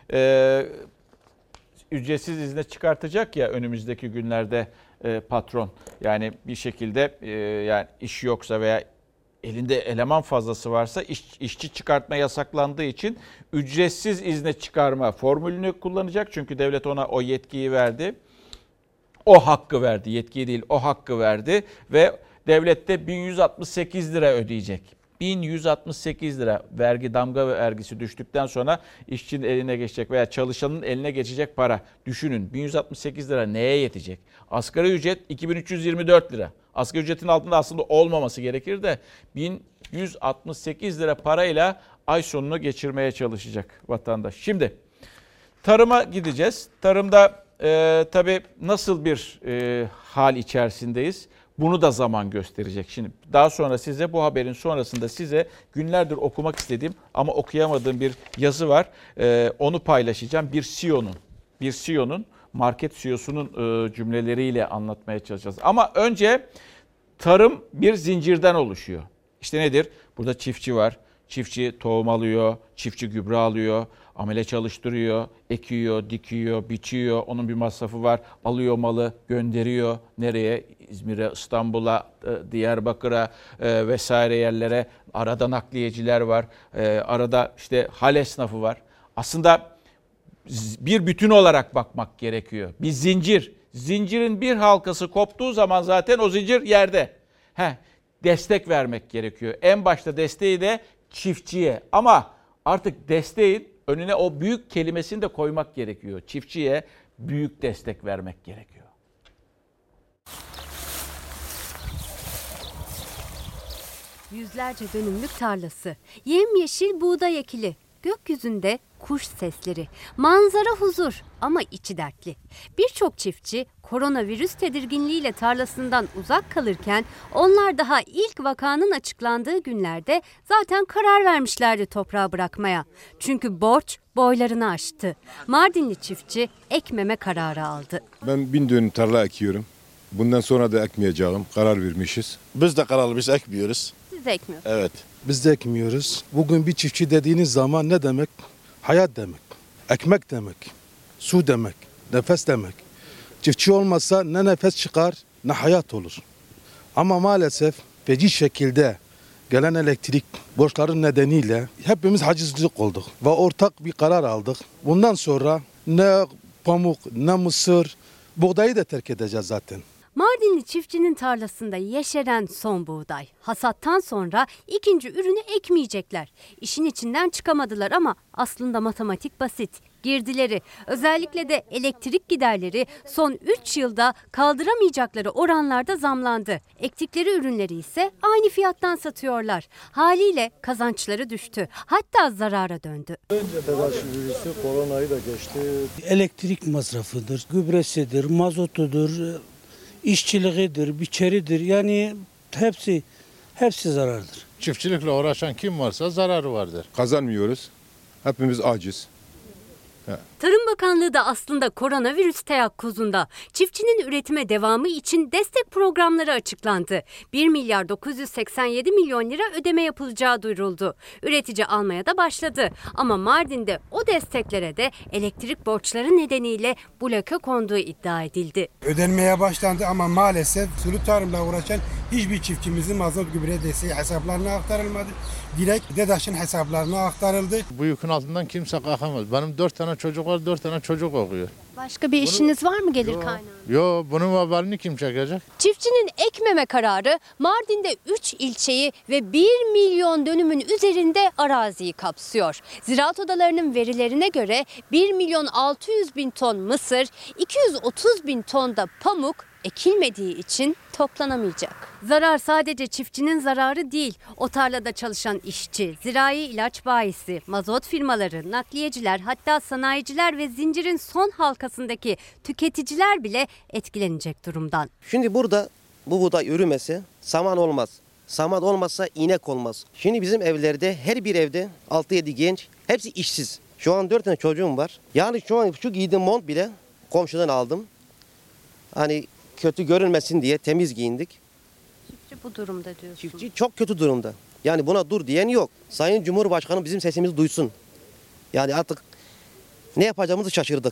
ücretsiz izne çıkartacak ya önümüzdeki günlerde patron. Yani bir şekilde yani iş yoksa veya elinde eleman fazlası varsa işçi çıkartma yasaklandığı için ücretsiz izne çıkarma formülünü kullanacak. Çünkü devlet ona o yetkiyi verdi. O hakkı verdi. Yetkiyi değil, o hakkı verdi ve devlet de 1168 lira ödeyecek. 1168 lira vergi, damga vergisi düştükten sonra işçinin eline geçecek veya çalışanın eline geçecek para. Düşünün 1168 lira neye yetecek? Asgari ücret 2324 lira. Asgari ücretin altında aslında olmaması gerekir de 1168 lira parayla ay sonunu geçirmeye çalışacak vatandaş. Şimdi tarıma gideceğiz. Tarımda tabii nasıl bir hal içerisindeyiz? Bunu da zaman gösterecek. Şimdi daha sonra size bu haberin sonrasında size günlerdir okumak istediğim ama okuyamadığım bir yazı var. Onu paylaşacağım. Bir CEO'nun market CEO'sunun cümleleriyle anlatmaya çalışacağız. Ama önce tarım bir zincirden oluşuyor. İşte nedir? Burada çiftçi var. Çiftçi tohum alıyor, çiftçi gübre alıyor, amele çalıştırıyor, ekiyor, dikiyor, biçiyor. Onun bir masrafı var. Alıyor malı, gönderiyor. Nereye? İzmir'e, İstanbul'a, Diyarbakır'a vesaire yerlere. Arada nakliyeciler var. Arada işte hal esnafı var. Aslında bir bütün olarak bakmak gerekiyor. Bir zincir. Zincirin bir halkası koptuğu zaman zaten o zincir yerde. destek vermek gerekiyor. En başta desteği de çiftçiye, ama artık desteğin önüne o büyük kelimesini de koymak gerekiyor. Çiftçiye büyük destek vermek gerekiyor. Yüzlerce dönümlük tarlası, yemyeşil buğday ekili, gökyüzünde kuş sesleri, manzara huzur ama içi dertli. Birçok çiftçi koronavirüs tedirginliğiyle tarlasından uzak kalırken onlar daha ilk vakanın açıklandığı günlerde zaten karar vermişlerdi toprağı bırakmaya. Çünkü borç boylarını aştı. Mardinli çiftçi ekmeme kararı aldı. Ben 1000 dönüm tarla ekiyorum. Bundan sonra da ekmeyeceğim. Karar vermişiz. Biz de kararlı, ekmiyoruz. Siz de ekmiyorsunuz. Evet. Biz de ekmiyoruz. Bugün bir çiftçi dediğiniz zaman ne demek? Hayat demek, ekmek demek, su demek, nefes demek. Çiftçi olmasa ne nefes çıkar ne hayat olur. Ama maalesef feci şekilde gelen elektrik borçların nedeniyle hepimiz hacizlik olduk ve ortak bir karar aldık. Bundan sonra ne pamuk ne mısır, buğdayı da terk edeceğiz zaten. Mardinli çiftçinin tarlasında yeşeren son buğday. Hasattan sonra ikinci ürünü ekmeyecekler. İşin içinden çıkamadılar ama aslında matematik basit. Girdileri, özellikle de elektrik giderleri son 3 yılda kaldıramayacakları oranlarda zamlandı. Ektikleri ürünleri ise aynı fiyattan satıyorlar. Haliyle kazançları düştü. Hatta zarara döndü. Önce tedavi virüsü koronayı da geçti. Elektrik masrafıdır, gübresidir, mazotudur, işçiliğidir, biçeridir. Yani hepsi zarardır. Çiftçilikle uğraşan kim varsa zararı vardır. Kazanmıyoruz. Hepimiz aciz. Tarım Bakanlığı da aslında koronavirüs teyakkuzunda. Çiftçinin üretime devamı için destek programları açıklandı. 1 milyar 987 milyon lira ödeme yapılacağı duyuruldu. Üretici almaya da başladı. Ama Mardin'de o desteklere de elektrik borçları nedeniyle bloke konduğu iddia edildi. Ödenmeye başlandı ama maalesef sulu tarımla uğraşan hiçbir çiftçimizin mazot gübre desteği hesaplarına aktarılmadı. Direkt DEDAŞ'ın hesaplarına aktarıldı. Bu yükün altından kimse kalkamaz. Benim 4 tane çocuk var, 4 tane çocuk okuyor. Başka bir işiniz var mı gelir kaynağı? Yo, bunun haberini kim çekecek? Çiftçinin ekmeme kararı Mardin'de 3 ilçeyi ve 1 milyon dönümün üzerinde araziyi kapsıyor. Ziraat odalarının verilerine göre 1 milyon 600 bin ton mısır, 230 bin ton da pamuk ekilmediği için toplanamayacak. Zarar sadece çiftçinin zararı değil. O tarlada çalışan işçi, zirai ilaç bayisi, mazot firmaları, nakliyeciler, hatta sanayiciler ve zincirin son halkasındaki tüketiciler bile etkilenecek durumdan. Şimdi burada bu buğday ürümese saman olmaz. Saman olmazsa inek olmaz. Şimdi bizim evlerde her bir evde 6-7 genç hepsi işsiz. Şu an 4 tane çocuğum var. Yani şu an şu giydiğim mont bile komşudan aldım. Hani kötü görünmesin diye temiz giyindik. Çiftçi bu durumda diyorsun. Çiftçi çok kötü durumda. Yani buna dur diyen yok. Sayın Cumhurbaşkanı bizim sesimizi duysun. Yani artık ne yapacağımızı şaşırdık.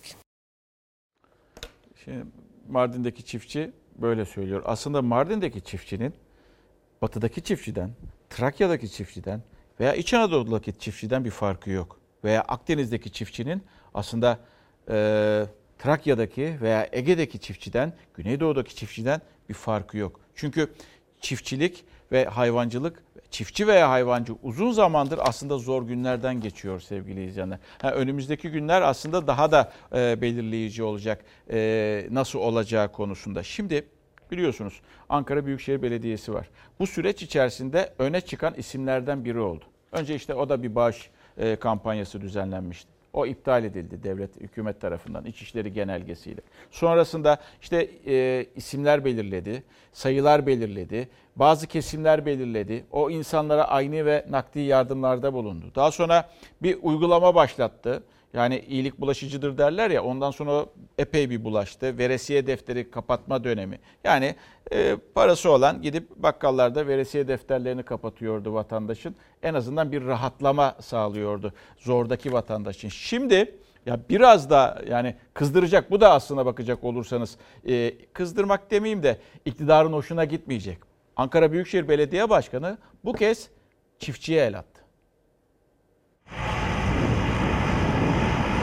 Şimdi Mardin'deki çiftçi böyle söylüyor. Aslında Mardin'deki çiftçinin batıdaki çiftçiden, Trakya'daki çiftçiden veya İç Anadolu'daki çiftçiden bir farkı yok. Veya Akdeniz'deki çiftçinin aslında Trakya'daki veya Ege'deki çiftçiden, Güneydoğu'daki çiftçiden bir farkı yok. Çünkü çiftçilik ve hayvancılık, çiftçi veya hayvancı uzun zamandır aslında zor günlerden geçiyor sevgili izleyenler. Önümüzdeki günler aslında daha da belirleyici olacak nasıl olacağı konusunda. Şimdi biliyorsunuz Ankara Büyükşehir Belediyesi var. Bu süreç içerisinde öne çıkan isimlerden biri oldu. Önce işte o da bir bağış kampanyası düzenlenmişti. O iptal edildi devlet, hükümet tarafından İçişleri Genelgesiyle. Sonrasında işte isimler belirledi, sayılar belirledi, bazı kesimler belirledi. O insanlara ayni ve nakdi yardımlarda bulundu. Daha sonra bir uygulama başlattı. Yani iyilik bulaşıcıdır derler ya, ondan sonra epey bir bulaştı. Veresiye defteri kapatma dönemi. Yani parası olan gidip bakkallarda veresiye defterlerini kapatıyordu vatandaşın. En azından bir rahatlama sağlıyordu zordaki vatandaş için. Şimdi ya biraz da yani kızdıracak, bu da aslına bakacak olursanız kızdırmak demeyeyim de iktidarın hoşuna gitmeyecek. Ankara Büyükşehir Belediye Başkanı bu kez çiftçiye el attı.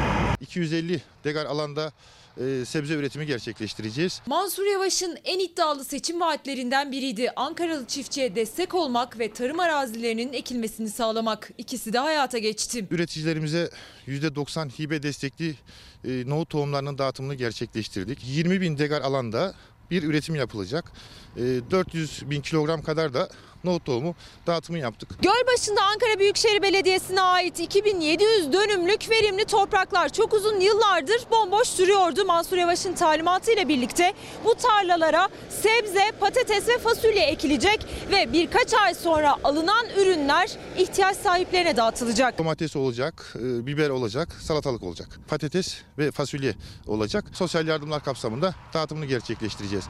250 dekar alanda sebze üretimi gerçekleştireceğiz. Mansur Yavaş'ın en iddialı seçim vaatlerinden biriydi. Ankaralı çiftçiye destek olmak ve tarım arazilerinin ekilmesini sağlamak. İkisi de hayata geçti. Üreticilerimize %90 hibe destekli nohut tohumlarının dağıtımını gerçekleştirdik. 20 bin dekar alanda bir üretim yapılacak. 400 bin kilogram kadar da nohut tohumu dağıtımı yaptık. Gölbaşı'nda Ankara Büyükşehir Belediyesi'ne ait 2700 dönümlük verimli topraklar çok uzun yıllardır bomboş duruyordu. Mansur Yavaş'ın talimatıyla birlikte bu tarlalara sebze, patates ve fasulye ekilecek ve birkaç ay sonra alınan ürünler ihtiyaç sahiplerine dağıtılacak. Domates olacak, biber olacak, salatalık olacak. Patates ve fasulye olacak. Sosyal yardımlar kapsamında dağıtımını gerçekleştireceğiz.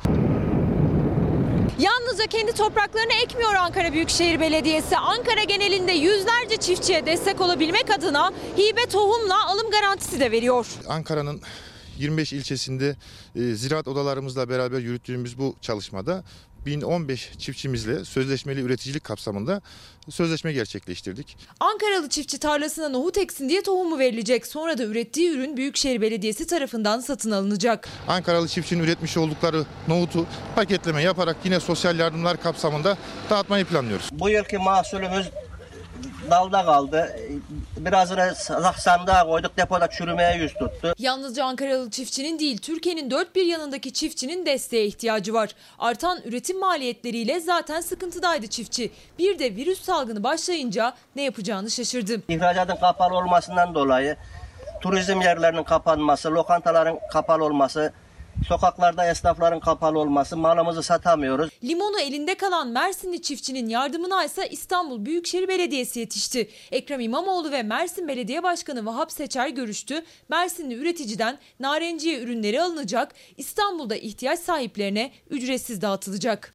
Yalnızca kendi topraklarını ekmiyor Ankara Büyükşehir Belediyesi. Ankara genelinde yüzlerce çiftçiye destek olabilmek adına hibe tohumla alım garantisi de veriyor. Ankara'nın 25 ilçesinde ziraat odalarımızla beraber yürüttüğümüz bu çalışmada 1015 çiftçimizle sözleşmeli üreticilik kapsamında sözleşme gerçekleştirdik. Ankaralı çiftçi tarlasına nohut eksin diye tohumu verilecek. Sonra da ürettiği ürün Büyükşehir Belediyesi tarafından satın alınacak. Ankaralı çiftçinin üretmiş oldukları nohutu paketleme yaparak yine sosyal yardımlar kapsamında dağıtmayı planlıyoruz. Bu yılki mahsulümüz dalda kaldı. Birazını sandığa koyduk, depoda çürümeye yüz tuttu. Yalnızca Ankaralı çiftçinin değil, Türkiye'nin dört bir yanındaki çiftçinin desteğe ihtiyacı var. Artan üretim maliyetleriyle zaten sıkıntıdaydı çiftçi. Bir de virüs salgını başlayınca ne yapacağını şaşırdı. İhracatın kapalı olmasından dolayı turizm yerlerinin kapanması, lokantaların kapalı olması, sokaklarda esnafların kapalı olması, malımızı satamıyoruz. Limonu elinde kalan Mersinli çiftçinin yardımına ise İstanbul Büyükşehir Belediyesi yetişti. Ekrem İmamoğlu ve Mersin Belediye Başkanı Vahap Seçer görüştü. Mersinli üreticiden narenciye ürünleri alınacak, İstanbul'da ihtiyaç sahiplerine ücretsiz dağıtılacak.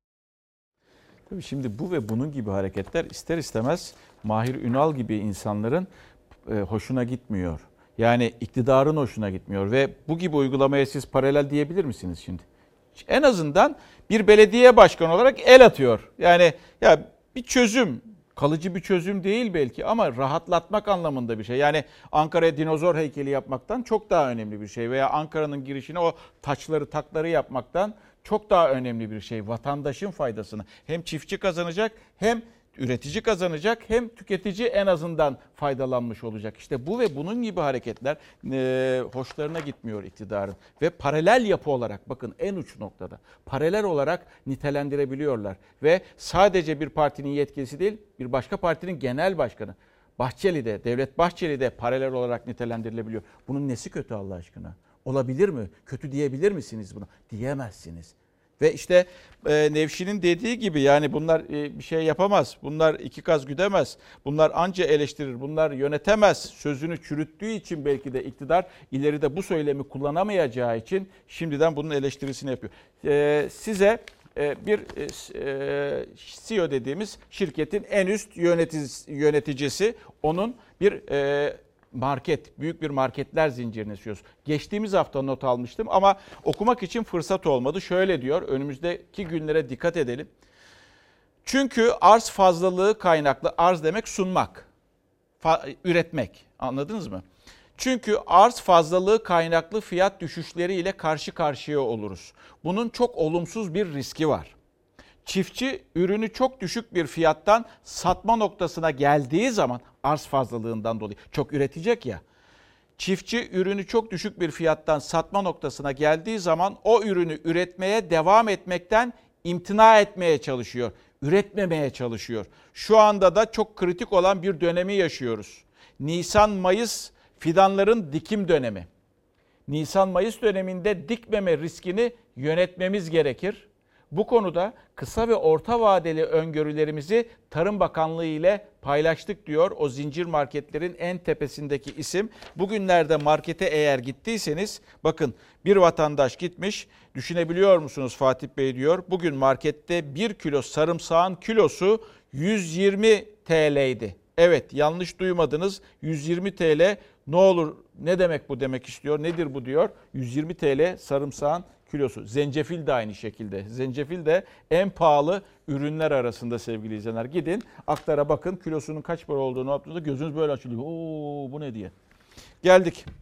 Tabii şimdi bu ve bunun gibi hareketler ister istemez Mahir Ünal gibi insanların hoşuna gitmiyor. Yani iktidarın hoşuna gitmiyor ve bu gibi uygulamaya siz paralel diyebilir misiniz şimdi? En azından bir belediye başkanı olarak el atıyor. Yani ya bir çözüm, kalıcı bir çözüm değil belki ama rahatlatmak anlamında bir şey. Yani Ankara'ya dinozor heykeli yapmaktan çok daha önemli bir şey veya Ankara'nın girişine o takları yapmaktan çok daha önemli bir şey. Vatandaşın faydasını hem çiftçi kazanacak hem üretici kazanacak hem tüketici en azından faydalanmış olacak. İşte bu ve bunun gibi hareketler hoşlarına gitmiyor iktidarın. Ve paralel yapı olarak bakın en uç noktada paralel olarak nitelendirebiliyorlar. Ve sadece bir partinin yetkilisi değil bir başka partinin genel başkanı Bahçeli de, Devlet Bahçeli de paralel olarak nitelendirilebiliyor. Bunun nesi kötü Allah aşkına? Olabilir mi? Kötü diyebilir misiniz buna? Diyemezsiniz. Ve işte Nevşin'in dediği gibi yani bunlar bir şey yapamaz, bunlar iki kaz güdemez, bunlar anca eleştirir, bunlar yönetemez sözünü çürüttüğü için belki de iktidar ileride bu söylemi kullanamayacağı için şimdiden bunun eleştirisini yapıyor. Size bir CEO dediğimiz şirketin en üst yöneticisi onun bir büyük bir marketler zincirini yaşıyoruz. Geçtiğimiz hafta not almıştım ama okumak için fırsat olmadı. Şöyle diyor, önümüzdeki günlere dikkat edelim. Çünkü arz fazlalığı kaynaklı, arz demek sunmak, üretmek, anladınız mı? Çünkü arz fazlalığı kaynaklı fiyat düşüşleriyle karşı karşıya oluruz. Bunun çok olumsuz bir riski var. Çiftçi ürünü çok düşük bir fiyattan satma noktasına geldiği zaman arz fazlalığından dolayı çok üretecek ya. Çiftçi ürünü çok düşük bir fiyattan satma noktasına geldiği zaman o ürünü üretmeye devam etmekten imtina etmeye çalışıyor. Üretmemeye çalışıyor. Şu anda da çok kritik olan bir dönemi yaşıyoruz. Nisan-Mayıs fidanların dikim dönemi. Nisan-Mayıs döneminde dikmeme riskini yönetmemiz gerekir. Bu konuda kısa ve orta vadeli öngörülerimizi Tarım Bakanlığı ile paylaştık diyor o zincir marketlerin en tepesindeki isim. Bugünlerde markete eğer gittiyseniz bakın bir vatandaş gitmiş, düşünebiliyor musunuz Fatih Bey diyor. Bugün markette 1 kilo sarımsağın kilosu 120 TL'ydi. Evet, yanlış duymadınız, 120 TL. Ne olur, ne demek bu demek istiyor, nedir bu diyor. 120 TL sarımsağın kilosu. Zencefil de aynı şekilde. Zencefil de en pahalı ürünler arasında sevgili izleyenler. Gidin aktara bakın, kilosunun kaç para olduğunu yaptığınızda gözünüz böyle açılıyor. Oo, bu ne diye. Geldik.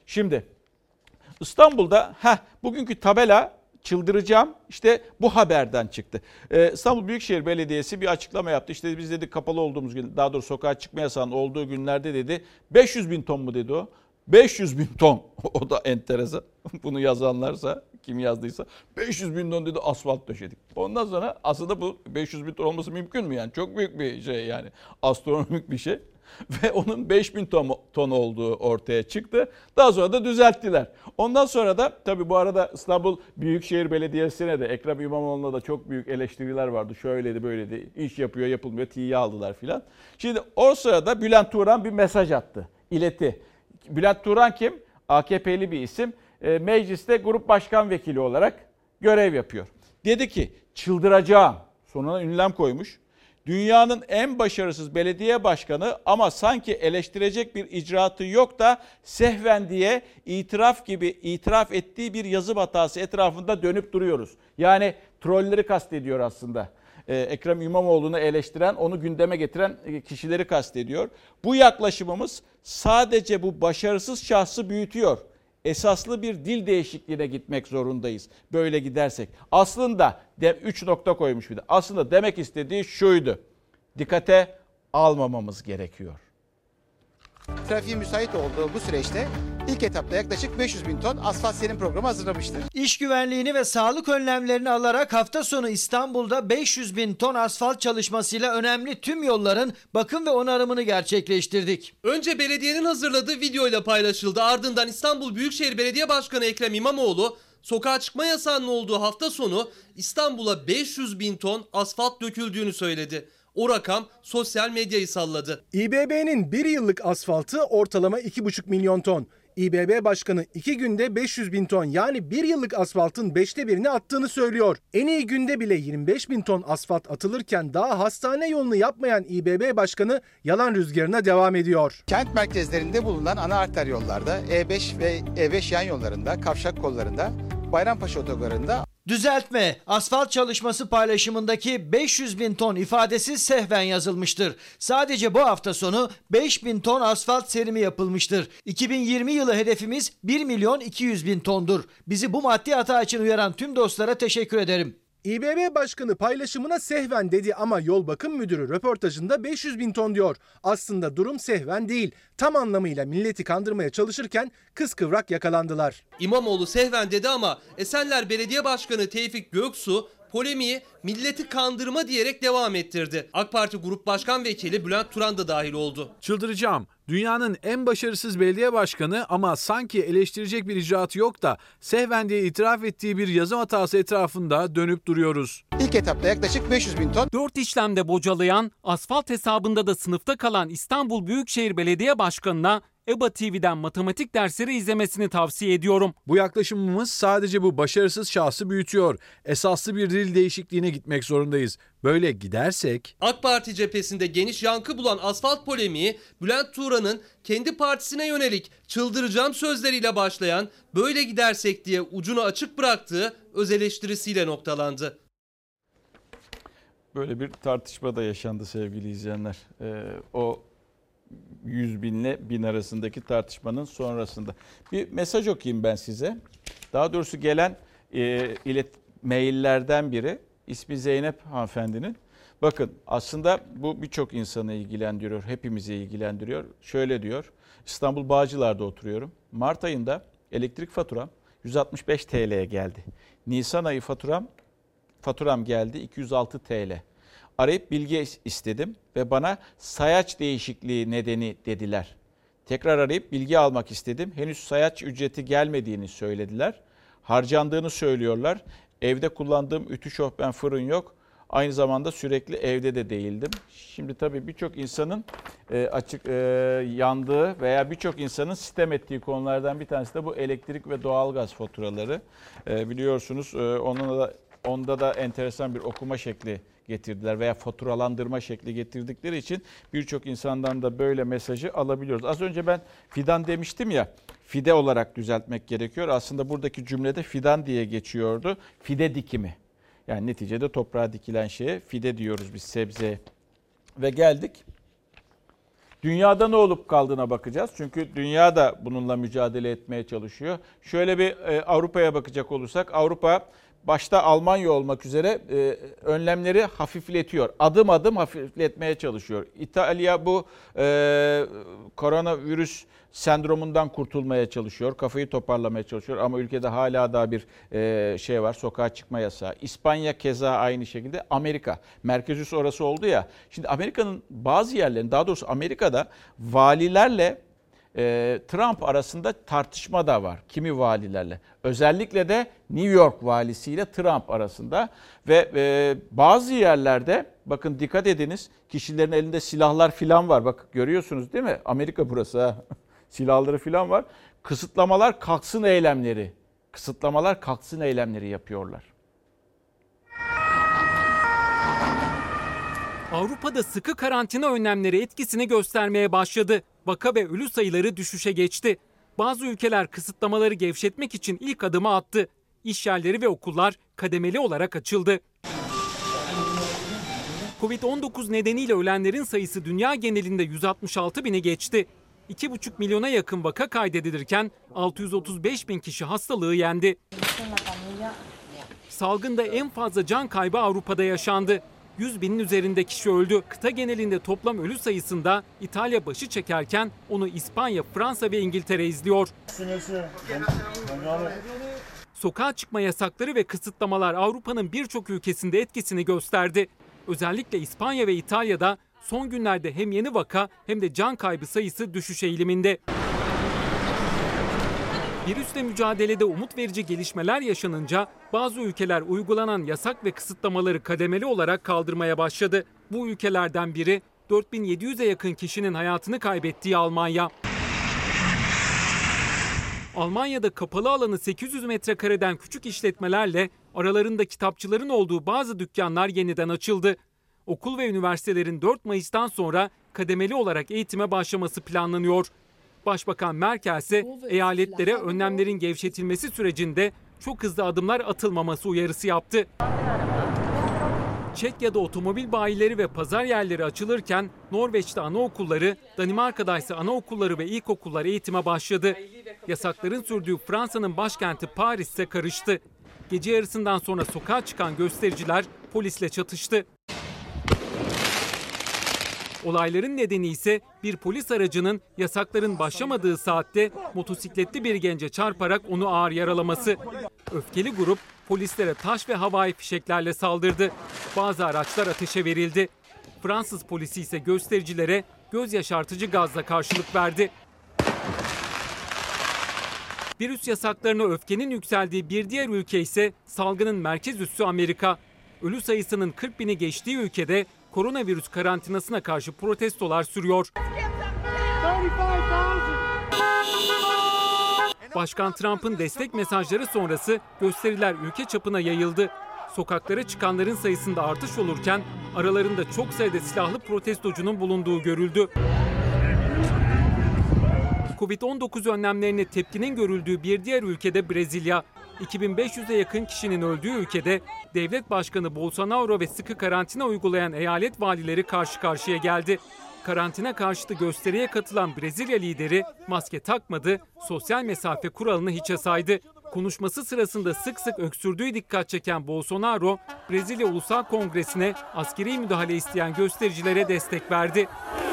Şimdi İstanbul'da bugünkü tabela çıldıracağım işte bu haberden çıktı. İstanbul Büyükşehir Belediyesi bir açıklama yaptı. İşte biz dedi kapalı olduğumuz gün, daha doğrusu sokağa çıkma yasağının olduğu günlerde dedi 500 bin ton mu dedi o? 500 bin ton. O da enteresan. Bunu yazanlarsa, kim yazdıysa 500 bin ton dedi asfalt döşedik. Ondan sonra aslında bu 500 bin ton olması mümkün mü yani? Çok büyük bir şey yani. Astronomik bir şey. Ve onun 5000 ton olduğu ortaya çıktı. Daha sonra da düzelttiler. Ondan sonra da tabii bu arada İstanbul Büyükşehir Belediyesi'ne de Ekrem İmamoğlu'na da çok büyük eleştiriler vardı. Şöyleydi böyleydi, iş yapıyor yapılmıyor, tiye aldılar filan. Şimdi o sırada Bülent Turan bir mesaj attı, ileti. Bülent Turan kim? AKP'li bir isim. Mecliste grup başkan vekili olarak görev yapıyor. Dedi ki çıldıracağım. Sonuna ünlem koymuş. Dünyanın en başarısız belediye başkanı ama sanki eleştirecek bir icraatı yok da sehven diye itiraf ettiği bir yazım hatası etrafında dönüp duruyoruz. Yani trolleri kastediyor aslında. Ekrem İmamoğlu'nu eleştiren, onu gündeme getiren kişileri kastediyor. Bu yaklaşımımız sadece bu başarısız şahsı büyütüyor. Esaslı bir dil değişikliğine gitmek zorundayız. Böyle gidersek. Aslında 3 nokta koymuş bir de. Aslında demek istediği şuydu. Dikkate almamamız gerekiyor. Trafiğin müsait olduğu bu süreçte ilk etapta yaklaşık 500 bin ton asfalt serim programı hazırlamıştır. İş güvenliğini ve sağlık önlemlerini alarak hafta sonu İstanbul'da 500 bin ton asfalt çalışmasıyla önemli tüm yolların bakım ve onarımını gerçekleştirdik. Önce belediyenin hazırladığı videoyla paylaşıldı. Ardından İstanbul Büyükşehir Belediye Başkanı Ekrem İmamoğlu sokağa çıkma yasağının olduğu hafta sonu İstanbul'a 500 bin ton asfalt döküldüğünü söyledi. O rakam sosyal medyayı salladı. İBB'nin bir yıllık asfaltı ortalama 2,5 milyon ton. İBB Başkanı 2 günde 500 bin ton yani bir yıllık asfaltın 5'te birini attığını söylüyor. En iyi günde bile 25 bin ton asfalt atılırken daha hastane yolunu yapmayan İBB Başkanı yalan rüzgarına devam ediyor. Kent merkezlerinde bulunan ana arter yollarda E5 ve E5 yan yollarında, kavşak kollarında, Bayrampaşa otogarında Düzeltme, asfalt çalışması paylaşımındaki 500 bin ton ifadesi sehven yazılmıştır. Sadece bu hafta sonu 5 bin ton asfalt serimi yapılmıştır. 2020 yılı hedefimiz 1 milyon 200 bin tondur. Bizi bu maddi hata için uyaran tüm dostlara teşekkür ederim. İBB Başkanı paylaşımına sehven dedi ama yol bakım müdürü röportajında 500 bin ton diyor. Aslında durum sehven değil. Tam anlamıyla milleti kandırmaya çalışırken kıskıvrak yakalandılar. İmamoğlu sehven dedi ama Esenler Belediye Başkanı Tevfik Göksu polemiği milleti kandırma diyerek devam ettirdi. AK Parti Grup Başkan Vekili Bülent Turan da dahil oldu. Çıldıracağım. Dünyanın en başarısız belediye başkanı ama sanki eleştirecek bir icraatı yok da sehven diye itiraf ettiği bir yazım hatası etrafında dönüp duruyoruz. İlk etapta yaklaşık 500 bin ton. 4 işlemde bocalayan, asfalt hesabında da sınıfta kalan İstanbul Büyükşehir Belediye Başkanı'na EBA TV'den matematik dersleri izlemesini tavsiye ediyorum. Bu yaklaşımımız sadece bu başarısız şahsı büyütüyor. Esaslı bir dil değişikliğine gitmek zorundayız. Böyle gidersek... AK Parti cephesinde geniş yankı bulan asfalt polemiği Bülent Turan'ın kendi partisine yönelik çıldıracağım sözleriyle başlayan böyle gidersek diye ucunu açık bıraktığı öz eleştirisiyle noktalandı. Böyle bir tartışma da yaşandı sevgili izleyenler. O 100 binle 1000 arasındaki tartışmanın sonrasında. Bir mesaj okuyayım ben size. Daha doğrusu gelen maillerden biri. İsmi Zeynep hanımefendinin. Bakın aslında bu birçok insanı ilgilendiriyor, hepimizi ilgilendiriyor. Şöyle diyor, İstanbul Bağcılar'da oturuyorum. Mart ayında elektrik faturam 165 TL'ye geldi. Nisan ayı faturam geldi 206 TL. Arayıp bilgi istedim ve bana sayaç değişikliği nedeni dediler. Tekrar arayıp bilgi almak istedim. Henüz sayaç ücreti gelmediğini söylediler. Harcandığını söylüyorlar. Evde kullandığım ütü şofben fırın yok. Aynı zamanda sürekli evde de değildim. Şimdi tabii birçok insanın yandığı veya birçok insanın sitem ettiği konulardan bir tanesi de bu elektrik ve doğalgaz faturaları. Biliyorsunuz onda da enteresan bir okuma şekli getirdiler veya faturalandırma şekli getirdikleri için birçok insandan da böyle mesajı alabiliyoruz. Az önce ben fidan demiştim ya, fide olarak düzeltmek gerekiyor. Aslında buradaki cümlede fidan diye geçiyordu. Fide dikimi. Yani neticede toprağa dikilen şeye fide diyoruz biz sebzeye. Ve geldik Dünyada ne olup kaldığına bakacağız. Çünkü dünya da bununla mücadele etmeye çalışıyor. Şöyle bir Avrupa'ya bakacak olursak, Avrupa başta Almanya olmak üzere önlemleri hafifletiyor. Adım adım hafifletmeye çalışıyor. İtalya bu koronavirüs sendromundan kurtulmaya çalışıyor. Kafayı toparlamaya çalışıyor ama ülkede hala daha bir şey var. Sokağa çıkma yasağı. İspanya keza aynı şekilde. Amerika. Merkez üssü orası oldu ya. Şimdi Amerika'nın bazı yerlerinde, daha doğrusu Amerika'da valilerle Trump arasında tartışma da var. Kimi valilerle. Özellikle de New York valisiyle Trump arasında ve bazı yerlerde bakın dikkat ediniz, kişilerin elinde silahlar filan var. Bak görüyorsunuz değil mi? Amerika burası ha. Silahları filan var. Kısıtlamalar kalksın eylemleri. Kısıtlamalar kalksın eylemleri yapıyorlar. Avrupa'da sıkı karantina önlemleri etkisini göstermeye başladı. Vaka ve ölü sayıları düşüşe geçti. Bazı ülkeler kısıtlamaları gevşetmek için ilk adımı attı. İş yerleri ve okullar kademeli olarak açıldı. Covid-19 nedeniyle ölenlerin sayısı dünya genelinde 166 bini geçti. 2,5 milyona yakın vaka kaydedilirken 635 bin kişi hastalığı yendi. Salgında en fazla can kaybı Avrupa'da yaşandı. 100 binin üzerinde kişi öldü. Kıta genelinde toplam ölü sayısında İtalya başı çekerken onu İspanya, Fransa ve İngiltere izliyor. Sokağa çıkma yasakları ve kısıtlamalar Avrupa'nın birçok ülkesinde etkisini gösterdi. Özellikle İspanya ve İtalya'da son günlerde hem yeni vaka hem de can kaybı sayısı düşüş eğiliminde. Virüsle mücadelede umut verici gelişmeler yaşanınca bazı ülkeler uygulanan yasak ve kısıtlamaları kademeli olarak kaldırmaya başladı. Bu ülkelerden biri 4700'e yakın kişinin hayatını kaybettiği Almanya. Almanya'da kapalı alanı 800 metrekareden küçük işletmelerle aralarında kitapçıların olduğu bazı dükkanlar yeniden açıldı. Okul ve üniversitelerin 4 Mayıs'tan sonra kademeli olarak eğitime başlaması planlanıyor. Başbakan Merkel ise eyaletlere önlemlerin gevşetilmesi sürecinde çok hızlı adımlar atılmaması uyarısı yaptı. Çekya'da otomobil bayileri ve pazar yerleri açılırken Norveç'te anaokulları, Danimarka'da ise anaokulları ve ilkokullar eğitime başladı. Yasakların sürdüğü Fransa'nın başkenti Paris ise karıştı. Gece yarısından sonra sokağa çıkan göstericiler polisle çatıştı. Olayların nedeni ise bir polis aracının yasakların başlamadığı saatte motosikletli bir gence çarparak onu ağır yaralaması. Öfkeli grup polislere taş ve havai fişeklerle saldırdı. Bazı araçlar ateşe verildi. Fransız polisi ise göstericilere göz yaşartıcı gazla karşılık verdi. Virüs yasaklarına öfkenin yükseldiği bir diğer ülke ise salgının merkez üssü Amerika. Ölü sayısının 40 bini geçtiği ülkede koronavirüs karantinasına karşı protestolar sürüyor. Başkan Trump'ın destek mesajları sonrası gösteriler ülke çapına yayıldı. Sokaklara çıkanların sayısında artış olurken aralarında çok sayıda silahlı protestocunun bulunduğu görüldü. Covid-19 önlemlerine tepkinin görüldüğü bir diğer ülkede Brezilya. 2500'e yakın kişinin öldüğü ülkede devlet başkanı Bolsonaro ve sıkı karantina uygulayan eyalet valileri karşı karşıya geldi. Karantina karşıtı gösteriye katılan Brezilya lideri maske takmadı, sosyal mesafe kuralını hiçe saydı. Konuşması sırasında sık sık öksürdüğü dikkat çeken Bolsonaro, Brezilya Ulusal Kongresi'ne askeri müdahale isteyen göstericilere destek verdi.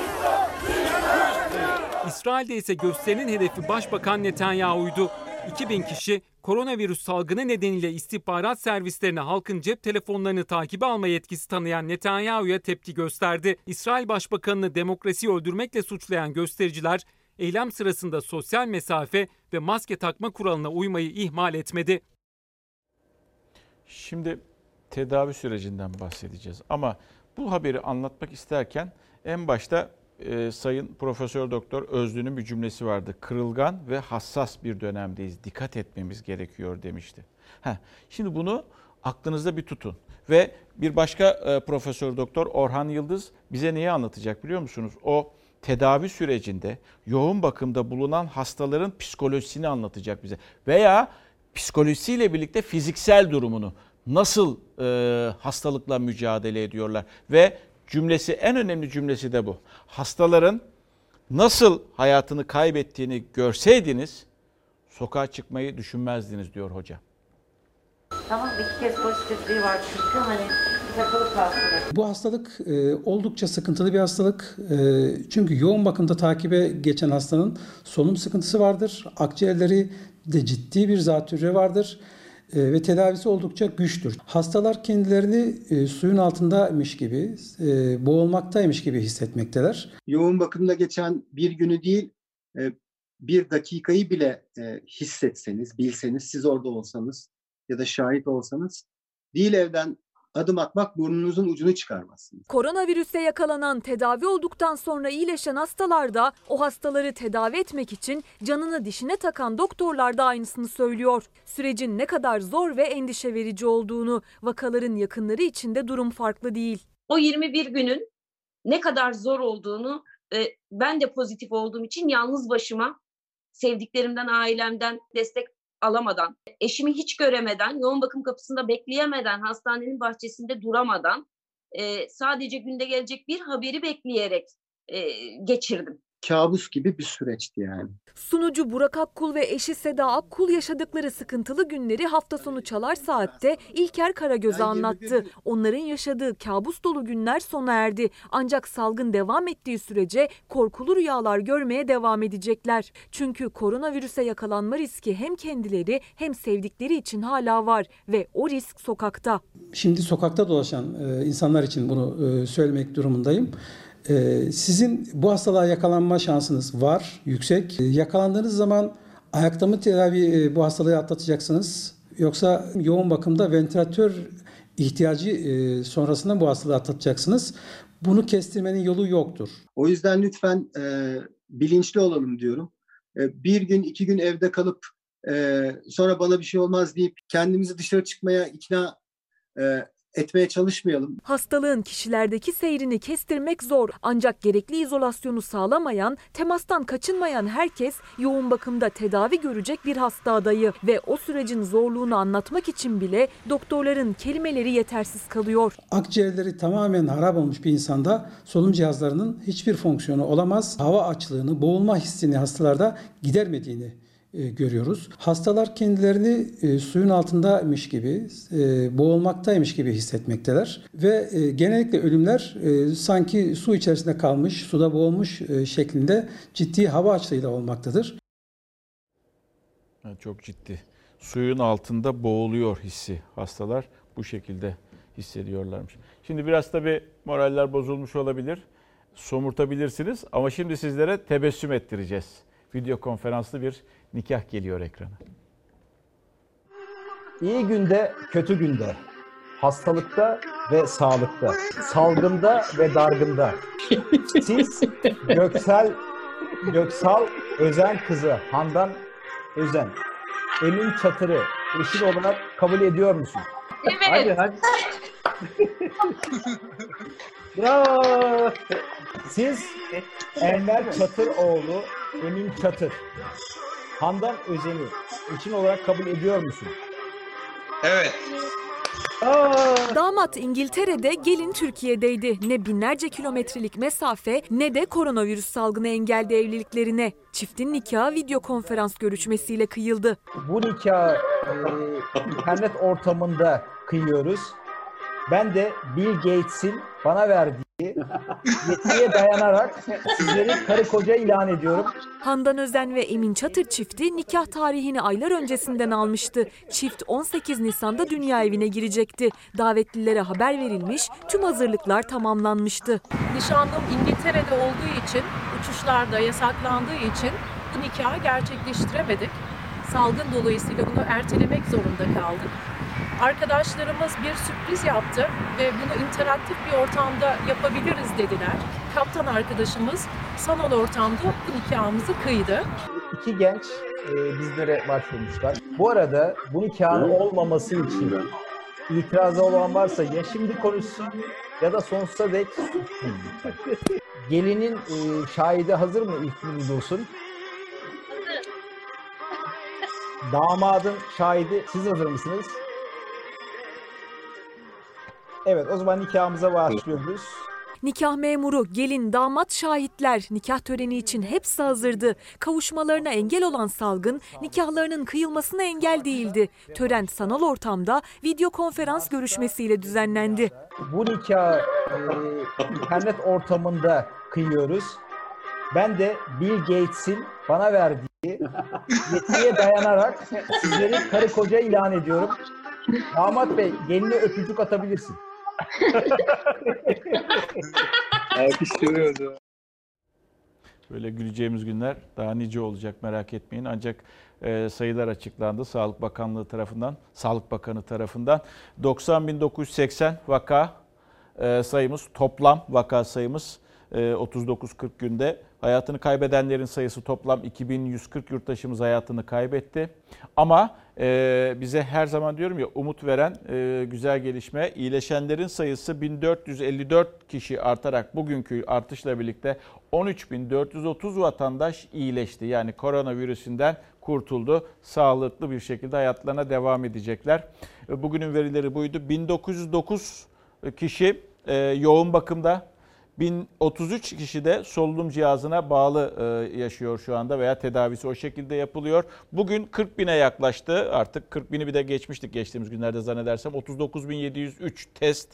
İsrail'de ise gösterinin hedefi Başbakan Netanyahu'ydu. 2000 kişi koronavirüs salgını nedeniyle istihbarat servislerine halkın cep telefonlarını takibe alma yetkisi tanıyan Netanyahu'ya tepki gösterdi. İsrail Başbakanını demokrasiyi öldürmekle suçlayan göstericiler eylem sırasında sosyal mesafe ve maske takma kuralına uymayı ihmal etmedi. Şimdi tedavi sürecinden bahsedeceğiz ama bu haberi anlatmak isterken en başta Sayın Profesör Doktor Özlü'nün bir cümlesi vardı. Kırılgan ve hassas bir dönemdeyiz. Dikkat etmemiz gerekiyor demişti. Şimdi bunu aklınızda bir tutun. Ve bir başka Profesör Doktor Orhan Yıldız bize neyi anlatacak biliyor musunuz? O tedavi sürecinde yoğun bakımda bulunan hastaların psikolojisini anlatacak bize. Veya psikolojisiyle birlikte fiziksel durumunu, nasıl hastalıkla mücadele ediyorlar ve cümlesi, en önemli cümlesi de bu. Hastaların nasıl hayatını kaybettiğini görseydiniz sokağa çıkmayı düşünmezdiniz diyor hoca. Tamam, 2 kez pozitifliği var çünkü takılıp hastalığı. Bu hastalık oldukça sıkıntılı bir hastalık. Çünkü yoğun bakımda takibe geçen hastanın solunum sıkıntısı vardır. Akciğerleri de ciddi bir zatürre vardır. Ve tedavisi oldukça güçtür. Hastalar kendilerini suyun altındaymış gibi, boğulmaktaymış gibi hissetmekteler. Yoğun bakımda geçen bir günü değil, bir dakikayı bile hissetseniz, bilseniz, siz orada olsanız ya da şahit olsanız, değil evden adım atmak, burnunuzun ucunu çıkarmazsınız. Koronavirüse yakalanan, tedavi olduktan sonra iyileşen hastalar da o hastaları tedavi etmek için canını dişine takan doktorlar da aynısını söylüyor. Sürecin ne kadar zor ve endişe verici olduğunu, vakaların yakınları için de durum farklı değil. O 21 günün ne kadar zor olduğunu ben de pozitif olduğum için yalnız başıma, sevdiklerimden, ailemden destek alamadan, eşimi hiç göremeden, yoğun bakım kapısında bekleyemeden, hastanenin bahçesinde duramadan, sadece günde gelecek bir haberi bekleyerek geçirdim. Kabus gibi bir süreçti yani. Sunucu Burak Akkul ve eşi Seda Akkul yaşadıkları sıkıntılı günleri hafta sonu Çalar Saat'te İlker Karagöz'e anlattı. Onların yaşadığı kabus dolu günler sona erdi. Ancak salgın devam ettiği sürece korkulu rüyalar görmeye devam edecekler. Çünkü koronavirüse yakalanma riski hem kendileri hem sevdikleri için hala var ve o risk sokakta. Şimdi sokakta dolaşan insanlar için bunu söylemek durumundayım. Sizin bu hastalığa yakalanma şansınız var, yüksek. Yakalandığınız zaman ayakta mı tedavi bu hastalığı atlatacaksınız? Yoksa yoğun bakımda ventilatör ihtiyacı sonrasında bu hastalığı atlatacaksınız. Bunu kestirmenin yolu yoktur. O yüzden lütfen bilinçli olalım diyorum. Bir gün, 2 gün evde kalıp sonra bana bir şey olmaz deyip kendimizi dışarı çıkmaya ikna etmeye çalışmayalım. Hastalığın kişilerdeki seyrini kestirmek zor. Ancak gerekli izolasyonu sağlamayan, temastan kaçınmayan herkes yoğun bakımda tedavi görecek bir hasta adayı. Ve o sürecin zorluğunu anlatmak için bile doktorların kelimeleri yetersiz kalıyor. Akciğerleri tamamen harap olmuş bir insanda solunum cihazlarının hiçbir fonksiyonu olamaz. Hava açlığını, boğulma hissini hastalarda gidermediğini görüyoruz. Hastalar kendilerini suyun altındaymış gibi, boğulmaktaymış gibi hissetmekteler ve genellikle ölümler sanki su içerisinde kalmış, suda boğulmuş şeklinde ciddi hava açlığıyla olmaktadır. Çok ciddi. Suyun altında boğuluyor hissi hastalar bu şekilde hissediyorlarmış. Şimdi biraz tabii moraller bozulmuş olabilir, somurtabilirsiniz ama şimdi sizlere tebessüm ettireceğiz. Video konferanslı bir nikah geliyor ekrana. İyi günde, kötü günde, hastalıkta ve sağlıkta, salgında ve dargında. Siz Göksal Özen kızı Handan Özen, Emin Çatır'ı eşin olarak kabul ediyor musun? Evet. Hadi. Bravo. Siz Enver Çatıroğlu Emin Çatır, Handan Özen'i eşin olarak kabul ediyor musun? Evet. Damat İngiltere'de, gelin Türkiye'deydi. Ne binlerce kilometrelik mesafe ne de koronavirüs salgını engeldi evliliklerine. Çiftin nikahı video konferans görüşmesiyle kıyıldı. Bu nikahı internet ortamında kıyıyoruz. Ben de Bill Gates'in bana verdiği yetkiye dayanarak sizleri karı koca ilan ediyorum. Handan Özen ve Emin Çatır çifti nikah tarihini aylar öncesinden almıştı. Çift 18 Nisan'da dünya evine girecekti. Davetlilere haber verilmiş, tüm hazırlıklar tamamlanmıştı. Nişanlım İngiltere'de olduğu için, uçuşlarda yasaklandığı için bu nikahı gerçekleştiremedik. Salgın dolayısıyla bunu ertelemek zorunda kaldık. Arkadaşlarımız bir sürpriz yaptı ve bunu interaktif bir ortamda yapabiliriz dediler. Kaptan arkadaşımız sanal ortamda bu nikahımızı kıydı. İki genç bizlere başvurmuşlar. Bu arada bu nikahın olmaması için itirazı olan varsa ya şimdi konuşsun ya da sonsuza dek sussun. Gelinin şahidi hazır mı ilk dursun? Damadın şahidi siz hazır mısınız? Evet, o zaman nikahımıza başlıyoruz. Nikah memuru, gelin, damat, şahitler nikah töreni için hepsi hazırdı. Kavuşmalarına engel olan salgın nikahlarının kıyılmasına engel değildi. Tören sanal ortamda video konferans görüşmesiyle düzenlendi. Bu nikahı internet ortamında kıyıyoruz. Ben de Bill Gates'in bana verdiği yetkiye dayanarak sizleri karı koca ilan ediyorum. Damat Bey, geline öpücük atabilirsin. Alkışlıyoruz. Böyle güleceğimiz günler daha nice olacak, merak etmeyin. Ancak sayılar açıklandı Sağlık Bakanlığı tarafından, Sağlık Bakanı tarafından. 90.980 vaka sayımız, toplam vaka sayımız 39-40 günde. Hayatını kaybedenlerin sayısı toplam 2140 yurttaşımız hayatını kaybetti. Ama bize her zaman diyorum ya, umut veren güzel gelişme, iyileşenlerin sayısı 1454 kişi artarak bugünkü artışla birlikte 13.430 vatandaş iyileşti. Yani koronavirüsünden kurtuldu. Sağlıklı bir şekilde hayatlarına devam edecekler. Bugünün verileri buydu. 1909 kişi yoğun bakımda. 1033 kişi de solunum cihazına bağlı yaşıyor şu anda veya tedavisi o şekilde yapılıyor. Bugün 40.000'e yaklaştı. Artık 40.000'i bir de geçmiştik geçtiğimiz günlerde zannedersem. 39.703 test,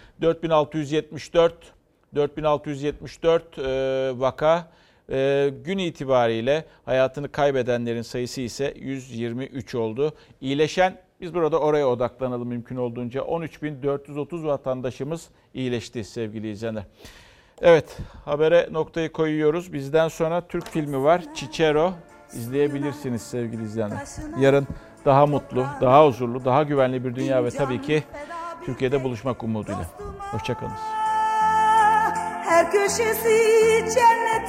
4.674 vaka. Gün itibariyle hayatını kaybedenlerin sayısı ise 123 oldu. İyileşen, biz burada oraya odaklanalım mümkün olduğunca, 13.430 vatandaşımız iyileşti sevgili izleyenler. Evet, habere noktayı koyuyoruz. Bizden sonra Türk filmi var. Cicero, izleyebilirsiniz sevgili izleyenler. Yarın daha mutlu, daha huzurlu, daha güvenli bir dünya ve tabii ki Türkiye'de buluşmak umuduyla. Hoşça kalın. Her köşesi cennet.